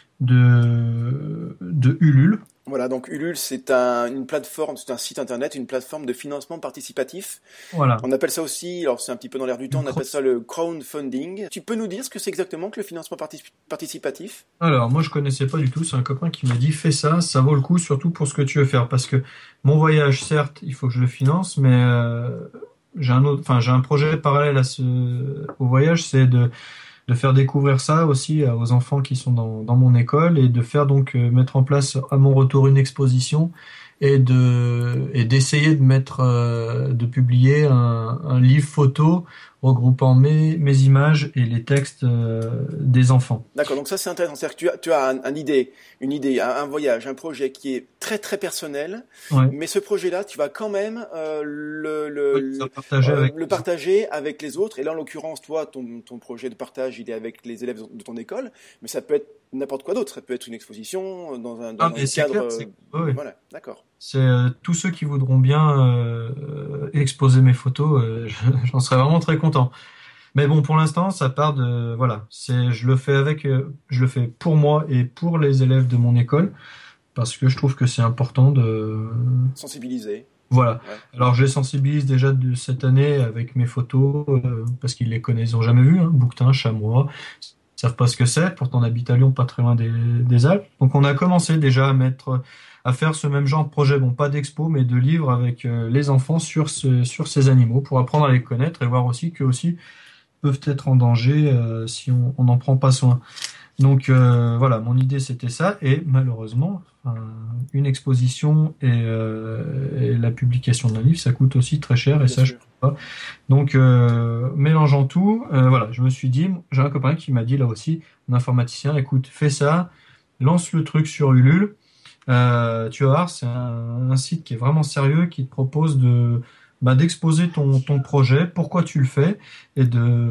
Speaker 2: de, de Ulule.
Speaker 1: Voilà, donc Ulule, c'est un, une plateforme, c'est un site internet, une plateforme de financement participatif.
Speaker 2: Voilà.
Speaker 1: On appelle ça aussi, alors c'est un petit peu dans l'air du temps,
Speaker 2: Une
Speaker 1: on appelle ça le crowdfunding. Tu peux nous dire ce que c'est exactement que le financement particip- participatif?
Speaker 2: Alors, moi, je connaissais pas du tout. C'est un copain qui m'a dit, fais ça, ça vaut le coup, surtout pour ce que tu veux faire. Parce que mon voyage, certes, il faut que je le finance, mais euh, j'ai un autre, enfin, j'ai un projet parallèle à ce, au voyage, c'est de, de faire découvrir ça aussi euh, aux enfants qui sont dans, dans mon école et de faire donc euh, mettre en place à mon retour une exposition et de, et d'essayer de mettre, euh, de publier un, un livre photo regroupant mes, mes images et les textes euh, des enfants.
Speaker 1: D'accord, donc ça c'est intéressant. C'est-à-dire que tu as, tu as un, un idée, une idée, un, un voyage, un projet qui est très très personnel,
Speaker 2: Ouais.
Speaker 1: mais ce projet-là, tu vas quand même euh, le, le,
Speaker 2: Oui,
Speaker 1: le,
Speaker 2: ça partageait
Speaker 1: euh,
Speaker 2: avec
Speaker 1: le partager avec les autres. Et là, en l'occurrence, toi, ton, ton projet de partage, il est avec les élèves de ton école, mais ça peut être n'importe quoi d'autre. Ça peut être une exposition dans un, dans
Speaker 2: Ah,
Speaker 1: un
Speaker 2: mais c'est
Speaker 1: cadre.
Speaker 2: clair,
Speaker 1: euh,
Speaker 2: c'est ouais, ouais.
Speaker 1: Voilà, d'accord.
Speaker 2: C'est euh, tous ceux qui voudront bien euh, euh, exposer mes photos, euh, j'en serais vraiment très content. Mais bon, pour l'instant, ça part de voilà, c'est je le fais avec, euh, je le fais pour moi et pour les élèves de mon école parce que je trouve que c'est important de
Speaker 1: Sensibiliser.
Speaker 2: voilà.
Speaker 1: Ouais.
Speaker 2: Alors je les sensibilise déjà de cette année avec mes photos euh, parce qu'ils les connaissent, ils ont jamais vu, hein, bouquetin, chamois, ils savent pas ce que c'est. Pourtant on habite à Lyon, pas très loin des, des Alpes. Donc on a commencé déjà à mettre, à faire ce même genre de projet, bon pas d'expo mais de livres avec euh, les enfants sur ce, sur ces animaux pour apprendre à les connaître et voir aussi qu'eux aussi peuvent être en danger euh, si on on n'en prend pas soin. Donc euh, voilà, mon idée c'était ça, et malheureusement, euh, une exposition et, euh, et la publication d'un livre, ça coûte aussi très cher, et
Speaker 1: Bien
Speaker 2: ça je
Speaker 1: sûr.
Speaker 2: peux pas. Donc euh, mélangeant tout, euh, voilà, je me suis dit, j'ai un copain qui m'a dit là aussi, un informaticien, écoute, fais ça, lance le truc sur Ulule, euh, tu vas voir, c'est un, un site qui est vraiment sérieux, qui te propose de bah, d'exposer ton, ton projet, pourquoi tu le fais, et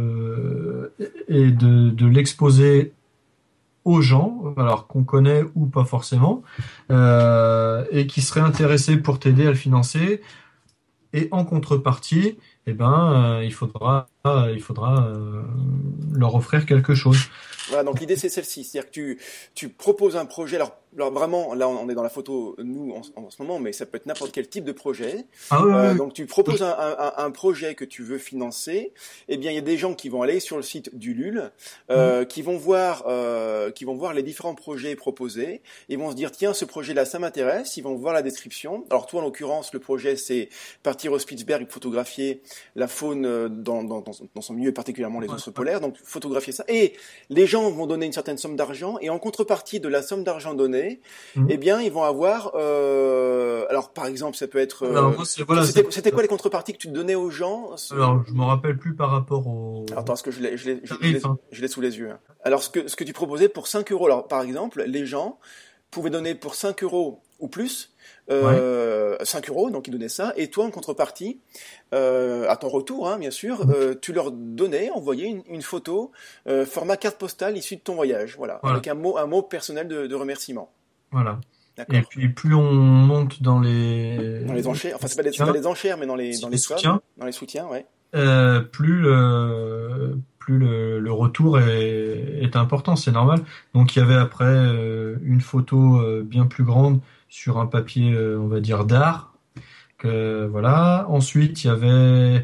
Speaker 2: de, et de, de l'exposer aux gens, alors qu'on connaît ou pas forcément, euh, et qui seraient intéressés pour t'aider à le financer. Et en contrepartie, eh ben, euh, il faudra, euh, il faudra euh, leur offrir quelque chose.
Speaker 1: Voilà, donc l'idée c'est celle-ci, c'est-à-dire que tu, tu proposes un projet, alors, alors vraiment, là on est dans la photo, nous, en, en ce moment, mais ça peut être n'importe quel type de projet.
Speaker 2: Ah oui,
Speaker 1: Euh,
Speaker 2: oui,
Speaker 1: donc tu proposes un, un, un projet que tu veux financer, eh bien il y a des gens qui vont aller sur le site d'Ulule, euh,
Speaker 2: oui.
Speaker 1: qui vont voir, euh, qui vont voir les différents projets proposés, ils vont se dire tiens ce projet-là ça m'intéresse, ils vont voir la description. Alors toi en l'occurrence le projet c'est partir au Spitzberg et photographier la faune dans, dans, dans, dans son milieu, particulièrement les
Speaker 2: Ouais,
Speaker 1: ours
Speaker 2: ouais.
Speaker 1: polaires, donc photographier ça. Et les gens vont donner une certaine somme d'argent et en contrepartie de la somme d'argent donnée,
Speaker 2: Mhm.
Speaker 1: eh bien ils vont avoir, euh, alors par exemple ça peut être,
Speaker 2: Alors
Speaker 1: euh,
Speaker 2: moi, c'est voilà, c'est
Speaker 1: c'était, c'était quoi les contreparties que tu donnais aux gens?
Speaker 2: alors je me rappelle plus par rapport au
Speaker 1: Alors, attends, parce que je l'ai, je l'ai, je l'ai,
Speaker 2: tarif, hein.
Speaker 1: je l'ai sous les yeux. Hein. Alors, ce que, ce que tu proposais pour cinq euros, alors, par exemple, les gens pouvaient donner pour cinq euros ou plus,
Speaker 2: Ouais.
Speaker 1: euh, cinq euros, donc ils donnaient ça, et toi, en contrepartie, euh, à ton retour, hein, bien sûr, euh, tu leur donnais, envoyais une, une photo, euh, format carte postale issue de ton voyage, voilà,
Speaker 2: Voilà,
Speaker 1: avec un mot, un mot personnel de, de remerciement.
Speaker 2: voilà. Et
Speaker 1: D'accord.
Speaker 2: puis plus on monte dans les,
Speaker 1: Dans les enchères, enfin,
Speaker 2: les
Speaker 1: c'est pas, les, c'est pas
Speaker 2: soutiens,
Speaker 1: les enchères, mais dans les, dans
Speaker 2: c'est
Speaker 1: les
Speaker 2: les
Speaker 1: sommes,
Speaker 2: soutiens,
Speaker 1: dans les soutiens, ouais.
Speaker 2: euh, plus le plus le, le retour est, est important, c'est normal. Donc il y avait après euh, une photo euh, bien plus grande sur un papier, euh, on va dire d'art. Que voilà. Ensuite il y avait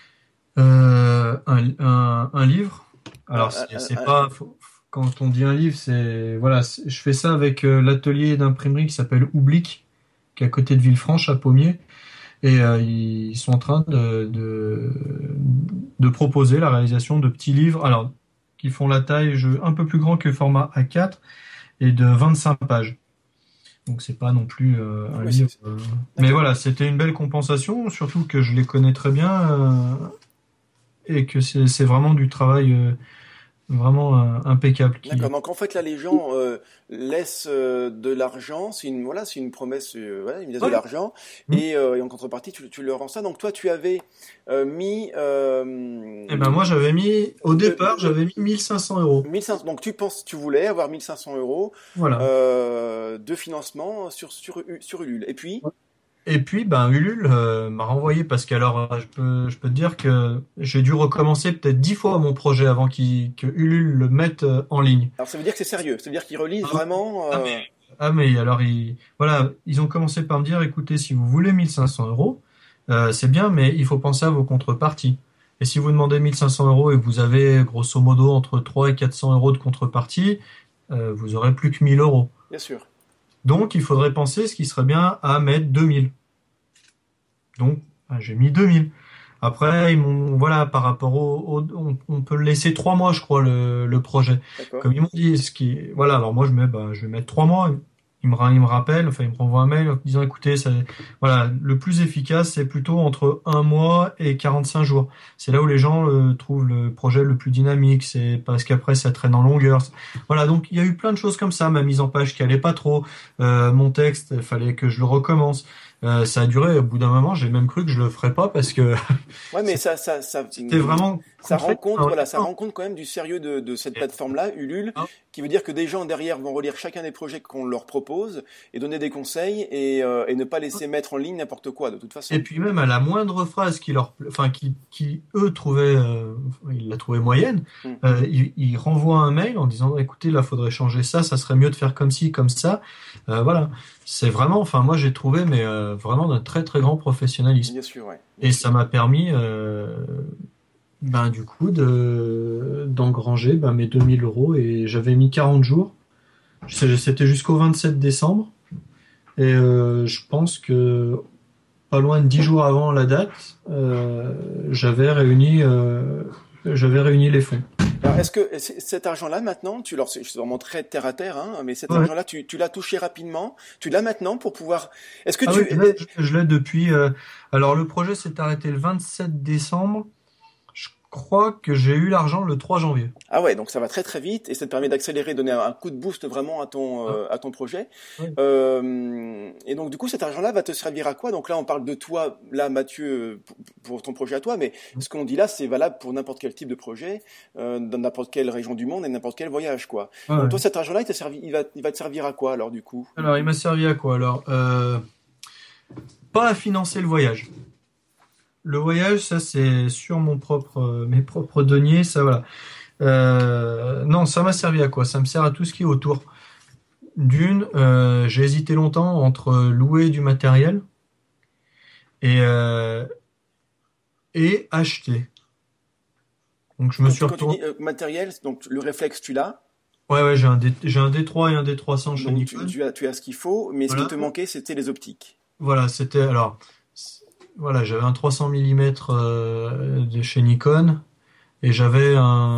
Speaker 2: euh, un, un, un livre.
Speaker 1: Un,
Speaker 2: Alors c'est
Speaker 1: un,
Speaker 2: c'est
Speaker 1: un,
Speaker 2: pas faut- quand on dit un livre, c'est voilà, c'est- je fais ça avec euh, l'atelier d'imprimerie qui s'appelle Oblique, qui est à côté de Villefranche à Pommier. Et euh, ils sont en train de, de, de proposer la réalisation de petits livres, alors qui font la taille je, un peu plus grand que le format A quatre et de vingt-cinq pages. Donc c'est pas non plus euh, un
Speaker 1: ouais, c'est,
Speaker 2: livre.
Speaker 1: c'est-
Speaker 2: euh, Mais
Speaker 1: d'accord.
Speaker 2: voilà, c'était une belle compensation, surtout que je les connais très bien euh, et que c'est c'est vraiment du travail euh, vraiment euh, impeccable
Speaker 1: D'accord.
Speaker 2: qui.
Speaker 1: Donc en fait là les gens euh, laissent euh, de l'argent, c'est une voilà, c'est une promesse, euh, voilà, ils laissent de
Speaker 2: Ouais.
Speaker 1: l'argent
Speaker 2: Mm.
Speaker 1: et, euh, et en contrepartie tu, tu leur rends ça. Donc toi tu avais euh, mis
Speaker 2: Eh
Speaker 1: euh,
Speaker 2: ben moi j'avais mis au
Speaker 1: de,
Speaker 2: départ j'avais mis mille cinq cents euros.
Speaker 1: mille cinq cents. Donc tu penses tu voulais avoir mille cinq cents euros
Speaker 2: Voilà.
Speaker 1: euh, de financement sur sur sur Ulule. Et puis
Speaker 2: Et puis, ben, Ulule euh, m'a renvoyé parce que alors, euh, je peux, je peux te dire que j'ai dû recommencer peut-être dix fois mon projet avant qu'il, que Ulule le mette euh, en ligne.
Speaker 1: alors ça veut dire que c'est sérieux, ça veut dire qu'ils relisent
Speaker 2: Ah,
Speaker 1: vraiment.
Speaker 2: ah, mais,
Speaker 1: Euh,
Speaker 2: ah, mais alors, ils, voilà, ils ont commencé par me dire, écoutez, si vous voulez mille cinq cents euros, euh, c'est bien, mais il faut penser à vos contreparties. Et si vous demandez mille cinq cents euros et que vous avez grosso modo entre trois et quatre cents euros de contrepartie, euh, vous aurez plus que mille euros.
Speaker 1: bien sûr.
Speaker 2: Donc, il faudrait penser ce qui serait bien à mettre deux mille. Donc, ah, j'ai mis deux mille. Après, ils m'ont, voilà, par rapport au, au- on, on peut le laisser trois mois, je crois, le, le projet.
Speaker 1: D'accord.
Speaker 2: Comme ils m'ont dit, ce qui, voilà, alors moi, je mets, bah, je vais mettre trois mois. Ils me, ra- ils me rappellent, enfin, ils me renvoient un mail en disant, écoutez, ça, voilà, le plus efficace, c'est plutôt entre un mois et quarante-cinq jours. C'est là où les gens euh, trouvent le projet le plus dynamique, c'est parce qu'après, ça traîne en longueur. Voilà, donc, il y a eu plein de choses comme ça. Ma mise en page qui allait pas trop, euh, mon texte, il fallait que je le recommence. Euh, ça a duré, au bout d'un moment, j'ai même cru que je le ferais pas parce que
Speaker 1: Ouais, mais ça, ça, ça,
Speaker 2: c'était vraiment
Speaker 1: ça rend
Speaker 2: complexe.
Speaker 1: compte,
Speaker 2: en
Speaker 1: voilà,
Speaker 2: même
Speaker 1: ça
Speaker 2: temps.
Speaker 1: rend compte quand même du sérieux de, de cette plateforme-là, Ulule,
Speaker 2: Hein.
Speaker 1: qui veut dire que des gens derrière vont relire chacun des projets qu'on leur propose et donner des conseils et, euh, et ne pas laisser mettre en ligne n'importe quoi, de toute
Speaker 2: Et
Speaker 1: façon.
Speaker 2: puis même à la moindre phrase qui leur, enfin qui, qui eux trouvaient, euh, ils la trouvaient moyenne,
Speaker 1: Hmm.
Speaker 2: euh, ils, ils renvoient un mail en disant, écoutez, là, faudrait changer ça, ça serait mieux de faire comme ci, comme ça. Euh, voilà, c'est vraiment, enfin moi j'ai trouvé, mais euh, vraiment d'un très très grand professionnalisme.
Speaker 1: Bien sûr, ouais. Bien
Speaker 2: Et
Speaker 1: sûr.
Speaker 2: ça m'a permis, euh, ben du coup, de d'engranger ben, mes deux mille euros et j'avais mis quarante jours. C'était jusqu'au vingt-sept décembre. Et euh, je pense que pas loin de dix jours avant la date, euh, j'avais réuni, euh, j'avais réuni les fonds.
Speaker 1: Alors, est-ce que c- cet argent-là, maintenant, tu, alors, c'est c'est vraiment très terre à terre, hein, mais cet
Speaker 2: Ouais.
Speaker 1: argent-là, tu, tu l'as touché rapidement, tu l'as maintenant pour pouvoir, est-ce que
Speaker 2: Ah oui,
Speaker 1: tu,
Speaker 2: je l'ai je l'ai depuis. euh, Alors le projet s'est arrêté le vingt-sept décembre. Je crois que j'ai eu l'argent le trois janvier.
Speaker 1: ah ouais, donc ça va très très vite et ça te permet d'accélérer, donner un, un coup de boost vraiment à ton
Speaker 2: Ah,
Speaker 1: euh, à ton projet.
Speaker 2: ouais.
Speaker 1: Euh, et donc du coup, cet argent-là va te servir à quoi? Donc là, on parle de toi, là, Mathieu, pour, pour ton projet à toi, mais ce qu'on dit là, c'est valable pour n'importe quel type de projet, euh, dans n'importe quelle région du monde et n'importe quel voyage, quoi.
Speaker 2: Ouais,
Speaker 1: Donc
Speaker 2: ouais.
Speaker 1: toi, cet argent-là, il t'a servi, il va, il va te servir à quoi alors du coup?
Speaker 2: Alors il m'a servi à quoi alors? Euh, Pas à financer le voyage. Le voyage, ça c'est sur mon propre, euh, mes propres deniers, ça voilà. Euh, non, ça m'a servi à quoi? Ça me sert à tout ce qui est autour. D'une, euh, j'ai hésité longtemps entre louer du matériel et, euh, et acheter. Donc je me
Speaker 1: Quand
Speaker 2: suis
Speaker 1: tu, quand tu
Speaker 2: retourné.
Speaker 1: dis euh, matériel, donc le réflexe, tu l'as.
Speaker 2: Ouais, ouais, j'ai un, D- j'ai un D trois et un D trois cents chez
Speaker 1: Donc tu,
Speaker 2: Nikon.
Speaker 1: tu as, tu as ce qu'il faut, mais ce qui
Speaker 2: Voilà,
Speaker 1: te manquait, c'était les optiques.
Speaker 2: voilà, c'était alors, c- voilà, j'avais un trois cents millimètres euh, de chez Nikon et j'avais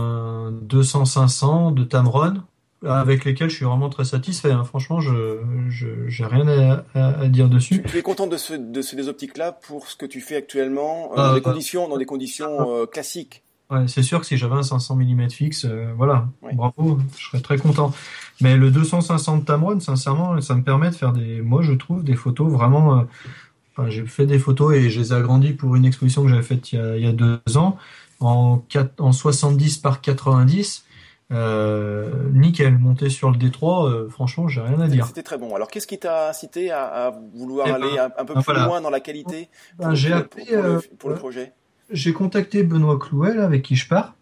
Speaker 2: un deux cents cinq cents de Tamron avec lesquels je suis vraiment très satisfait, hein. Franchement, je, je, j'ai rien à, à- à dire dessus.
Speaker 1: Tu, tu es content de ce, de ces deux optiques-là pour ce que tu fais actuellement euh, dans des
Speaker 2: Euh,
Speaker 1: conditions, dans des conditions euh, classiques.
Speaker 2: Ouais, c'est sûr que si j'avais un cinq cents millimètres fixe, euh, voilà,
Speaker 1: Oui.
Speaker 2: bravo, je serais très content. Mais le deux cents cinq cents de Tamron, sincèrement, ça me permet de faire des, moi je trouve des photos vraiment. euh, Enfin, j'ai fait des photos et je les ai agrandies pour une exposition que j'avais faite il y a, il y a deux ans en, quatre- en soixante-dix par quatre-vingt-dix. Euh, nickel, monté sur le D trois, euh, franchement, j'ai rien à dire.
Speaker 1: C'était très bon. Alors, qu'est-ce qui t'a incité à, à vouloir
Speaker 2: Et
Speaker 1: aller
Speaker 2: ben,
Speaker 1: un, un peu
Speaker 2: ben
Speaker 1: plus
Speaker 2: voilà.
Speaker 1: loin dans la qualité
Speaker 2: Ben,
Speaker 1: pour,
Speaker 2: j'ai
Speaker 1: pour,
Speaker 2: appelé,
Speaker 1: pour, pour le,
Speaker 2: euh,
Speaker 1: pour le projet?
Speaker 2: j'ai contacté Benoît Clouel avec qui je pars.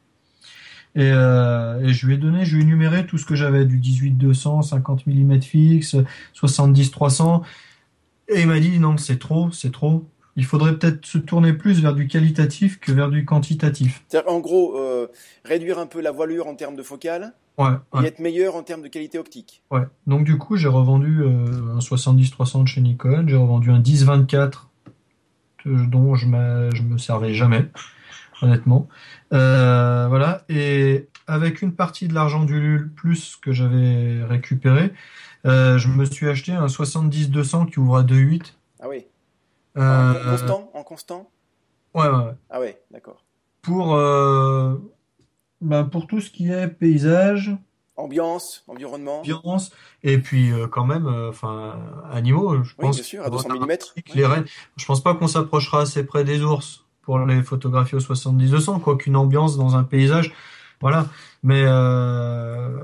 Speaker 2: Et, euh, et je lui ai donné, je lui ai énuméré tout ce que j'avais, du dix-huit deux cents, cinquante millimètres fixe, soixante-dix trois cents. Et il m'a dit non, c'est trop, c'est trop. Il faudrait peut-être se tourner plus vers du qualitatif que vers du quantitatif.
Speaker 1: C'est-à-dire, en gros, euh, réduire un peu la voilure en termes de focale
Speaker 2: Ouais,
Speaker 1: et
Speaker 2: ouais,
Speaker 1: être meilleur en termes de qualité optique.
Speaker 2: ouais. Donc du coup, j'ai revendu euh, un soixante-dix trois cents de chez Nikon, j'ai revendu un dix vingt-quatre euh, dont je, m'a- je me servais jamais, honnêtement. Euh, voilà. Et avec une partie de l'argent du L U L plus que j'avais récupéré, euh, je me suis acheté un soixante-dix deux cents qui ouvre à deux virgule huit.
Speaker 1: Ah oui. En con-
Speaker 2: Euh,
Speaker 1: constant? En constant?
Speaker 2: ouais, ouais, ouais.
Speaker 1: Ah ouais, d'accord.
Speaker 2: Pour, euh, ben, pour tout ce qui est paysage,
Speaker 1: Ambiance, environnement?
Speaker 2: ambiance, et puis euh, quand même, euh, enfin, animaux, je
Speaker 1: Oui, bien
Speaker 2: pense
Speaker 1: sûr, à
Speaker 2: qu'on
Speaker 1: deux cents
Speaker 2: va
Speaker 1: millimètres.
Speaker 2: que les
Speaker 1: Oui.
Speaker 2: rennes, je pense pas qu'on s'approchera assez près des ours pour les photographier au soixante-dix deux cents, quoi qu'une ambiance dans un paysage, voilà. Mais euh,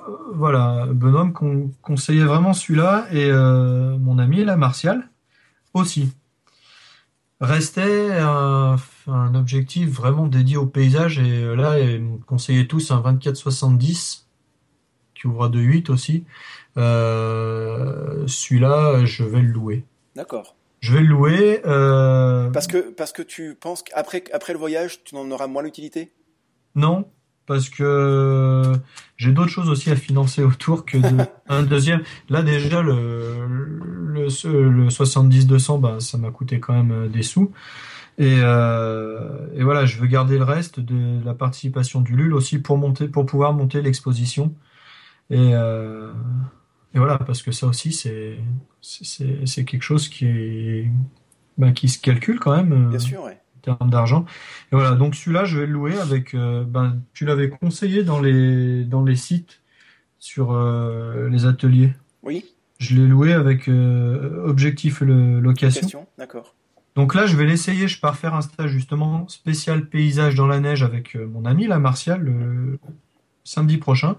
Speaker 2: voilà, Benoît me con- conseillait vraiment celui-là, et euh, mon ami, la Martial, aussi. Restait un, un objectif vraiment dédié au paysage, et euh, là, ils me conseillaient tous un vingt-quatre soixante-dix qui ouvre à deux virgule huit aussi. Euh, celui-là, je vais le louer.
Speaker 1: D'accord.
Speaker 2: Je vais le louer. euh,
Speaker 1: Parce que, parce que tu penses qu'après, après le voyage, tu n'en auras moins l'utilité?
Speaker 2: non, parce que j'ai d'autres choses aussi à financer autour que de un deuxième. Là déjà le le, ce- le soixante-dix deux cents, bah ça m'a coûté quand même euh, des sous. Et, euh, et voilà, je veux garder le reste de la participation du L U L aussi pour monter, pour pouvoir monter l'exposition. Et, euh, et voilà, parce que ça aussi, c'est c'est c'est- c'est quelque chose qui est ben, qui se calcule quand même
Speaker 1: Bien
Speaker 2: euh,
Speaker 1: sûr, ouais.
Speaker 2: en termes d'argent. Et voilà, donc celui-là, je vais le louer avec. Euh, ben, tu l'avais conseillé dans les dans les sites sur euh, les ateliers.
Speaker 1: Oui,
Speaker 2: Je l'ai loué avec euh, objectif le, location.
Speaker 1: location, d'accord.
Speaker 2: Donc là, je vais l'essayer. Je pars faire un stage justement spécial paysage dans la neige avec euh, mon ami, la Martial, le samedi prochain.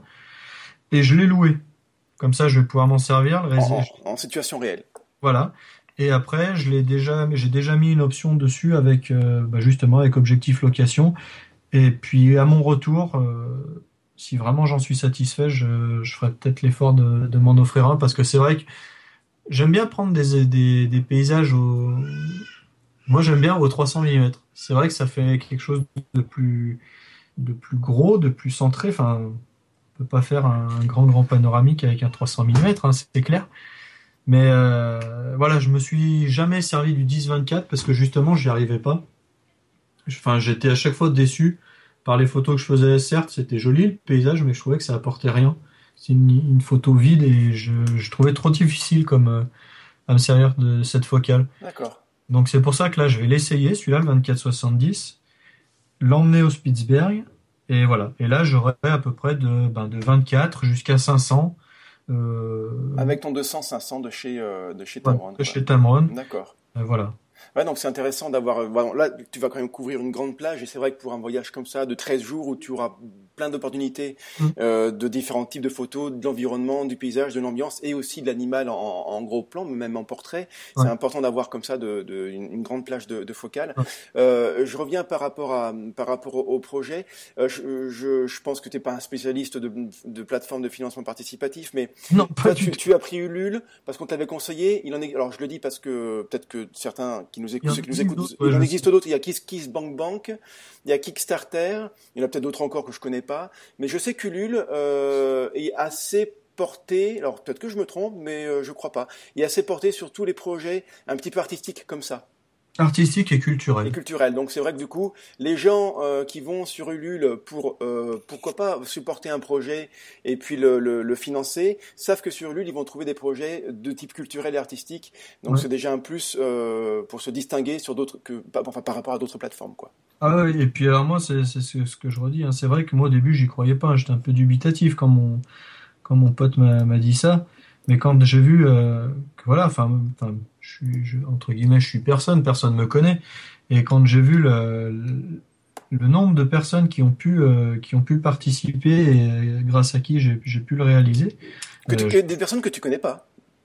Speaker 2: Et je l'ai loué. Comme ça, je vais pouvoir m'en servir. Le
Speaker 1: En,
Speaker 2: rés-
Speaker 1: en- en situation réelle.
Speaker 2: Voilà. Et après, je l'ai déjà, j'ai déjà mis une option dessus avec, euh, bah, justement, avec objectif location. Et puis, à mon retour, euh, si vraiment j'en suis satisfait, je, je ferai peut-être l'effort de, de m'en offrir un parce que c'est vrai que j'aime bien prendre des, des, des paysages au, moi, j'aime bien au trois cents millimètres. C'est vrai que ça fait quelque chose de plus, de plus gros, de plus centré. Enfin, on peut pas faire un grand, grand panoramique avec un trois cents millimètres, hein, c'est clair. Mais euh, voilà, je me suis jamais servi du dix vingt-quatre parce que justement, j'y arrivais pas. Enfin, j'étais à chaque fois déçu par les photos que je faisais. Certes, c'était joli le paysage, mais je trouvais que ça apportait rien. C'est une, une photo vide et je, je trouvais trop difficile comme euh, à me servir de cette focale.
Speaker 1: D'accord.
Speaker 2: Donc c'est pour ça que là, je vais l'essayer, celui-là, le vingt-quatre soixante-dix, l'emmener au Spitzberg et voilà. Et là, j'aurai à peu près de, ben, de vingt-quatre jusqu'à cinq cents. Euh,
Speaker 1: Avec ton deux cents cinq cents de chez, euh, de chez
Speaker 2: ouais,
Speaker 1: Tamron, quoi.
Speaker 2: chez Tamron.
Speaker 1: D'accord.
Speaker 2: Euh, voilà.
Speaker 1: Ouais, donc c'est intéressant d'avoir. euh, bon, là, tu vas quand même couvrir une grande plage, et c'est vrai que pour un voyage comme ça de treize jours où tu auras plein d'opportunités
Speaker 2: Mm.
Speaker 1: euh, de différents types de photos, de l'environnement, du paysage, de l'ambiance et aussi de l'animal en, en gros plan, même en portrait. C'est
Speaker 2: Ouais.
Speaker 1: important d'avoir comme ça de, de, une, une grande plage de, de focale.
Speaker 2: Ouais.
Speaker 1: Euh, je reviens par rapport à par rapport au, au projet. Euh, je, je, je pense que tu n'es pas un spécialiste de, de plateforme de financement participatif, mais
Speaker 2: Non, pas
Speaker 1: toi,
Speaker 2: du
Speaker 1: tu,
Speaker 2: tout.
Speaker 1: tu as pris Ulule parce qu'on t'avait conseillé. Il en est. Alors, je le dis parce que peut-être que certains qui nous
Speaker 2: Il y
Speaker 1: écoutent,
Speaker 2: en
Speaker 1: ceux
Speaker 2: a
Speaker 1: qui nous
Speaker 2: eu
Speaker 1: écoutent,
Speaker 2: d'autres, ouais,
Speaker 1: il en
Speaker 2: je sais.
Speaker 1: existe d'autres. Il y a Kiss Kiss Bank Bank, il y a Kickstarter. Il y en a peut-être d'autres encore que je connais pas. Mais je sais qu'Ulule euh, est assez porté. Alors peut-être que je me trompe, mais euh, je crois pas. Il est assez porté sur tous les projets un petit peu artistiques comme ça.
Speaker 2: Artistique et
Speaker 1: Et
Speaker 2: culturel.
Speaker 1: culturel. Donc c'est vrai que du coup, les gens euh, qui vont sur Ulule pour euh, pourquoi pas supporter un projet et puis le, le, le financer, savent que sur Ulule ils vont trouver des projets de type culturel et artistique. Donc
Speaker 2: Ouais.
Speaker 1: c'est déjà un plus euh, pour se distinguer sur d'autres que enfin par rapport à d'autres plateformes quoi.
Speaker 2: Ah ouais, et puis alors moi, c'est c'est ce ce que je redis, hein. C'est vrai que moi au début, j'y croyais pas, hein. J'étais un peu dubitatif quand mon, quand mon pote m'a m'a dit ça. Mais quand j'ai vu euh, que voilà, enfin, enfin, je suis, je- entre guillemets, je suis personne, personne me connaît. Et quand j'ai vu le, le, le nombre de personnes qui ont pu, euh, qui ont pu participer et euh, grâce à qui j'ai j'ai pu le réaliser,
Speaker 1: Que, tu,
Speaker 2: euh,
Speaker 1: que
Speaker 2: je-
Speaker 1: des personnes que tu connais pas.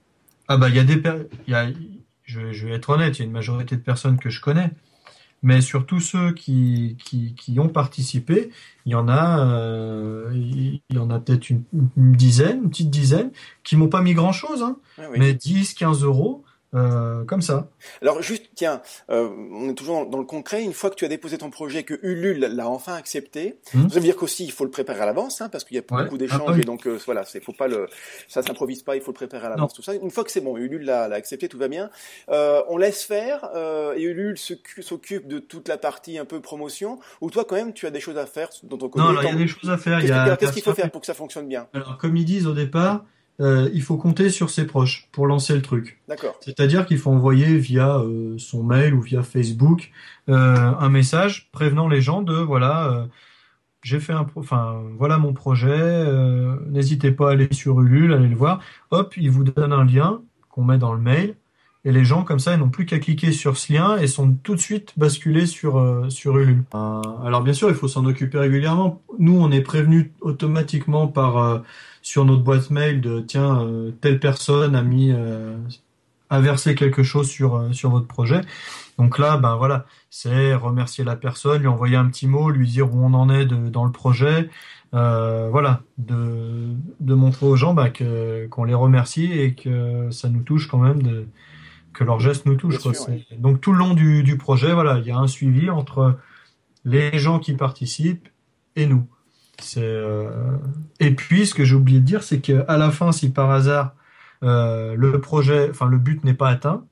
Speaker 2: ah bah il y a des, per- il y a, je, je vais être honnête, il y a une majorité de personnes que je connais. Mais sur tous ceux qui, qui, qui ont participé, il y en a, euh, il y en a peut-être une, une dizaine, une petite dizaine, qui m'ont pas mis grand-chose, hein,
Speaker 1: Oui, oui.
Speaker 2: mais dix, quinze euros, euh, comme ça.
Speaker 1: Alors juste, tiens, euh, on est toujours dans, dans le concret. Une fois que tu as déposé ton projet, que Ulule l'a enfin accepté,
Speaker 2: Hmm.
Speaker 1: ça veut dire qu'aussi il faut le préparer à l'avance, hein, parce qu'il y a
Speaker 2: Ouais.
Speaker 1: beaucoup
Speaker 2: Ah,
Speaker 1: d'échanges
Speaker 2: oui.
Speaker 1: et donc euh, voilà, c'est faut pas le, ça s'improvise pas, il faut le préparer à
Speaker 2: Non.
Speaker 1: l'avance, tout ça. Une fois que c'est bon, Ulule l'a l'a accepté, tout va bien. Euh, on laisse faire euh, et Ulule s'occu- s'occupe de toute la partie un peu promotion. Ou toi quand même, tu as des choses à faire dans ton côté.
Speaker 2: Non, alors il y a
Speaker 1: Tant-
Speaker 2: des choses à faire. Il
Speaker 1: Qu'est-ce
Speaker 2: y
Speaker 1: que-
Speaker 2: a,
Speaker 1: alors, qu'est-ce qu'il faut faire pour que ça fonctionne bien?
Speaker 2: alors, comme ils disent au départ, euh, il faut compter sur ses proches pour lancer le truc.
Speaker 1: D'accord.
Speaker 2: C'est-à-dire qu'il faut envoyer via euh, son mail ou via Facebook euh, un message prévenant les gens de voilà, euh, j'ai fait un, pro- enfin voilà mon projet, euh, n'hésitez pas à aller sur Ulule, allez le voir. Hop, il vous donne un lien qu'on met dans le mail et les gens comme ça, ils n'ont plus qu'à cliquer sur ce lien et sont tout de suite basculés sur euh, sur Ulule. Euh, alors bien sûr, il faut s'en occuper régulièrement. Nous, on est prévenu automatiquement par euh, sur notre boîte mail de tiens, euh, telle personne a mis euh, a versé quelque chose sur euh, sur votre projet. Donc là, ben voilà, c'est remercier la personne, lui envoyer un petit mot, lui dire où on en est de- dans le projet, euh, voilà, de, de montrer aux gens bah, que qu'on les remercie et que ça nous touche quand même, de, que leur geste nous touche,
Speaker 1: Bien
Speaker 2: quoi.
Speaker 1: sûr, oui.
Speaker 2: C'est- Donc tout le long du, du projet, voilà, il y a un suivi entre les gens qui participent et nous. C'est euh, Et puis ce que j'ai oublié de dire, c'est qu'à la fin, si par hasard euh, le projet, enfin le but n'est pas atteint,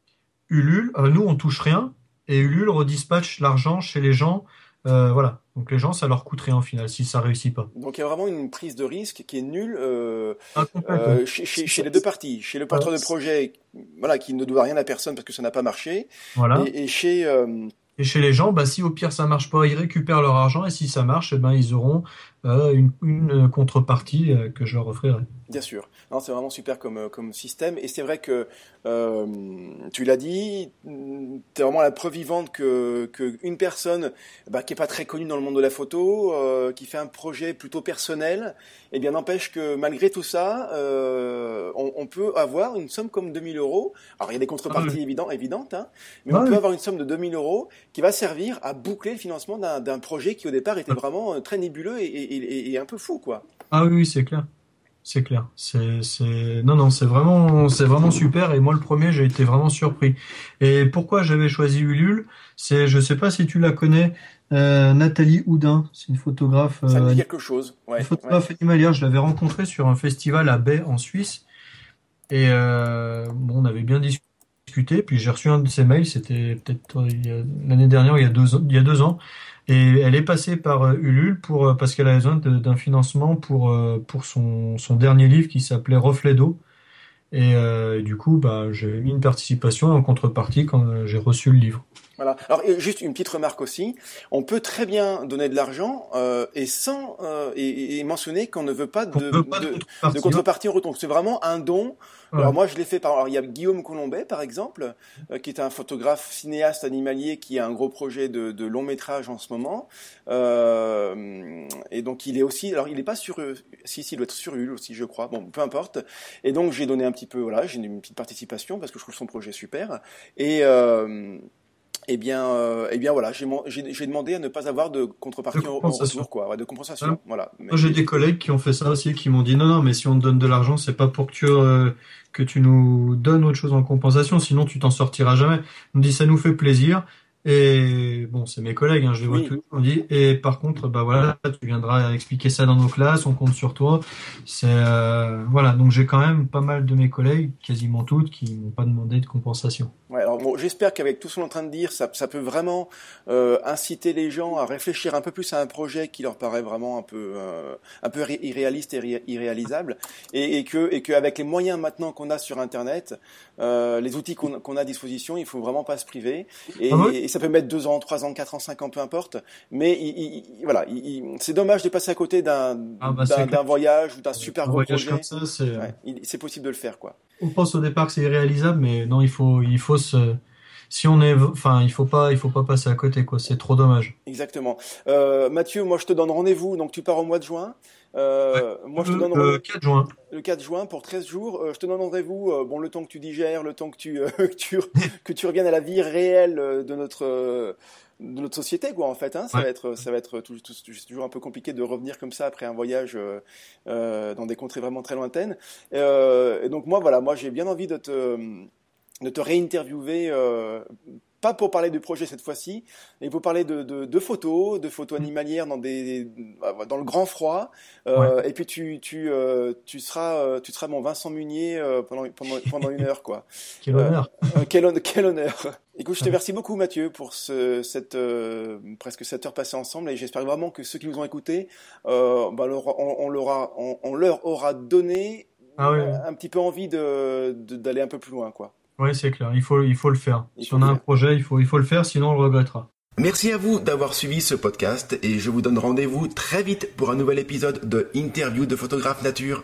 Speaker 2: Ulule, euh, nous on touche rien et Ulule redispatche l'argent chez les gens. Euh, voilà. Donc les gens, ça leur coûte rien au final si ça réussit pas.
Speaker 1: Donc il y a vraiment une prise de risque qui est nulle euh,
Speaker 2: Ah, complètement.
Speaker 1: euh, chez, chez, chez les deux parties. Chez le porteur de projet, voilà, qui ne doit rien à personne parce que ça n'a pas marché,
Speaker 2: Voilà.
Speaker 1: et, et chez euh,
Speaker 2: Et chez les gens, bah, si au pire ça marche pas, ils récupèrent leur argent et si ça marche, eh ben, ils auront euh, une, une contrepartie euh, que je leur offrirai.
Speaker 1: bien sûr. Non, c'est vraiment super comme, euh, comme système. Et c'est vrai que, euh, tu l'as dit, tu es vraiment la preuve vivante que, que une personne bah, qui est pas très connue dans le monde de la photo, euh, qui fait un projet plutôt personnel, eh bien n'empêche que malgré tout ça, euh, on, on peut avoir une somme comme deux mille euros. Alors il y a des contreparties
Speaker 2: Ah oui.
Speaker 1: évidentes, évidentes, hein, mais
Speaker 2: Ah
Speaker 1: on peut
Speaker 2: oui.
Speaker 1: avoir une somme de deux mille euros qui va servir à boucler le financement d'un d'un projet qui au départ était vraiment euh, très nébuleux et, et, et, et un peu fou, quoi.
Speaker 2: Ah oui, oui, c'est clair. C'est clair. C'est, c'est... Non, non, c'est vraiment, c'est vraiment super. Et moi, le premier, j'ai été vraiment surpris. Et pourquoi j'avais choisi Ulule? C'est, je sais pas si tu la connais, euh, Nathalie Houdin. C'est une photographe,
Speaker 1: Ça me
Speaker 2: euh,
Speaker 1: dit quelque chose. Ouais,
Speaker 2: une
Speaker 1: ouais.
Speaker 2: photographe animalière. Je l'avais rencontrée sur un festival à Baie en Suisse. Et euh, bon, on avait bien discuté. Puis j'ai reçu un de ses mails. C'était peut-être euh, il y a- l'année dernière, il y a deux ans, il y a deux ans. Et elle est passée par euh, Ulule pour, euh, parce qu'elle a besoin de- d'un financement pour, euh, pour son, son dernier livre qui s'appelait Reflet d'eau. Et, euh, et du coup, bah, j'ai mis une participation en contrepartie quand euh, j'ai reçu le livre.
Speaker 1: Voilà. Alors et juste une petite remarque aussi, on peut très bien donner de l'argent euh, et sans euh, et, et mentionner qu'on ne veut pas
Speaker 2: Qu'on
Speaker 1: de,
Speaker 2: veut pas de
Speaker 1: de,
Speaker 2: contrepartie.
Speaker 1: de contrepartie en retour. C'est vraiment un don.
Speaker 2: Ouais.
Speaker 1: Alors moi je l'ai fait par. Alors il y a Guillaume Colombet par exemple, euh, qui est un photographe cinéaste animalier qui a un gros projet de, de long métrage en ce moment. Euh, et donc il est aussi. Alors il n'est pas sur. Si si il doit être sur Ulule aussi je crois. Bon peu importe. Et donc j'ai donné un petit peu. Voilà j'ai une petite participation parce que je trouve son projet super. Et euh, Eh bien, euh, eh bien voilà, j'ai, j'ai, j'ai demandé à ne pas avoir de contrepartie
Speaker 2: De
Speaker 1: en
Speaker 2: compensation.
Speaker 1: retour, quoi, ouais, de compensation.
Speaker 2: Voilà.
Speaker 1: Voilà. Mais,
Speaker 2: Moi, j'ai des collègues qui ont fait ça aussi, qui m'ont dit non, non, mais si on te donne de l'argent, c'est pas pour que tu, euh, que tu nous donnes autre chose en compensation, sinon tu t'en sortiras jamais. On me dit ça nous fait plaisir. Et bon, c'est mes collègues, hein, je les vois
Speaker 1: oui,
Speaker 2: tous. On dit et par contre, bah voilà, tu viendras expliquer ça dans nos classes, on compte sur toi. C'est euh, voilà, donc j'ai quand même pas mal de mes collègues, quasiment toutes, qui m'ont pas demandé de compensation.
Speaker 1: ouais, alors bon, j'espère qu'avec tout ce qu'on est en train de dire, ça, ça peut vraiment euh, inciter les gens à réfléchir un peu plus à un projet qui leur paraît vraiment un peu, euh, un peu irréaliste et irré- irréalisable, et, et que, et qu'avec les moyens maintenant qu'on a sur Internet, euh, les outils qu'on, qu'on a à disposition, il faut vraiment pas se priver. Et,
Speaker 2: Ah ouais.
Speaker 1: et ça peut mettre deux ans, trois ans, quatre ans, cinq ans, peu importe. Mais il, il, il- voilà, il, il- c'est dommage de passer à côté d'un,
Speaker 2: Ah bah
Speaker 1: d'un,
Speaker 2: c'est
Speaker 1: d'un
Speaker 2: clair.
Speaker 1: voyage ou d'un super
Speaker 2: Un
Speaker 1: gros
Speaker 2: voyage comme
Speaker 1: projet.
Speaker 2: ça, c'est.
Speaker 1: Ouais, il- c'est possible de le faire, quoi.
Speaker 2: On pense au départ que c'est irréalisable, mais non, il faut, il faut se, si on est, enfin, il faut pas, il faut pas passer à côté, quoi. C'est trop dommage.
Speaker 1: Exactement. Euh, Mathieu, moi je te donne rendez-vous, donc tu pars au mois de juin. Euh, moi je te
Speaker 2: Le,
Speaker 1: donne
Speaker 2: le
Speaker 1: rendez-vous
Speaker 2: quatre juin.
Speaker 1: le quatre juin pour treize jours. Euh, je te donne rendez-vous, euh, bon, le temps que tu digères, le temps que tu, euh, que tu, que tu reviennes à la vie réelle euh, de notre, euh, de notre société, quoi, en fait. Hein. Ça
Speaker 2: Ouais.
Speaker 1: va être, ça va être tout- tout- c'est toujours un peu compliqué de revenir comme ça après un voyage euh, euh, dans des contrées vraiment très lointaines. Euh, et donc moi, voilà, moi j'ai bien envie de te, de te réinterviewer. Euh, pas pour parler du projet cette fois-ci, mais pour parler de, de, de photos, de photos animalières dans des dans le grand froid. Euh,
Speaker 2: Ouais.
Speaker 1: et puis tu tu euh, tu seras euh, tu seras mon Vincent Munier euh, pendant pendant pendant une heure quoi.
Speaker 2: Quel
Speaker 1: Euh,
Speaker 2: honneur.
Speaker 1: euh, quel, hon- quel honneur. Écoute, je te remercie beaucoup Mathieu pour ce cette euh, presque sept heures passées ensemble et j'espère vraiment que ceux qui nous ont écoutés, euh, bah, leur- on, on leur a on, on leur aura donné
Speaker 2: Ah oui,
Speaker 1: un petit peu envie de de- d'aller un peu plus loin quoi.
Speaker 2: oui, c'est clair. Il faut, il faut le faire.
Speaker 1: Il
Speaker 2: Si
Speaker 1: faut
Speaker 2: on
Speaker 1: le
Speaker 2: a un
Speaker 1: faire.
Speaker 2: projet, il faut, il faut le faire, sinon on le regrettera.
Speaker 3: Merci à vous d'avoir suivi ce podcast et je vous donne rendez-vous très vite pour un nouvel épisode de Interview de photographe nature.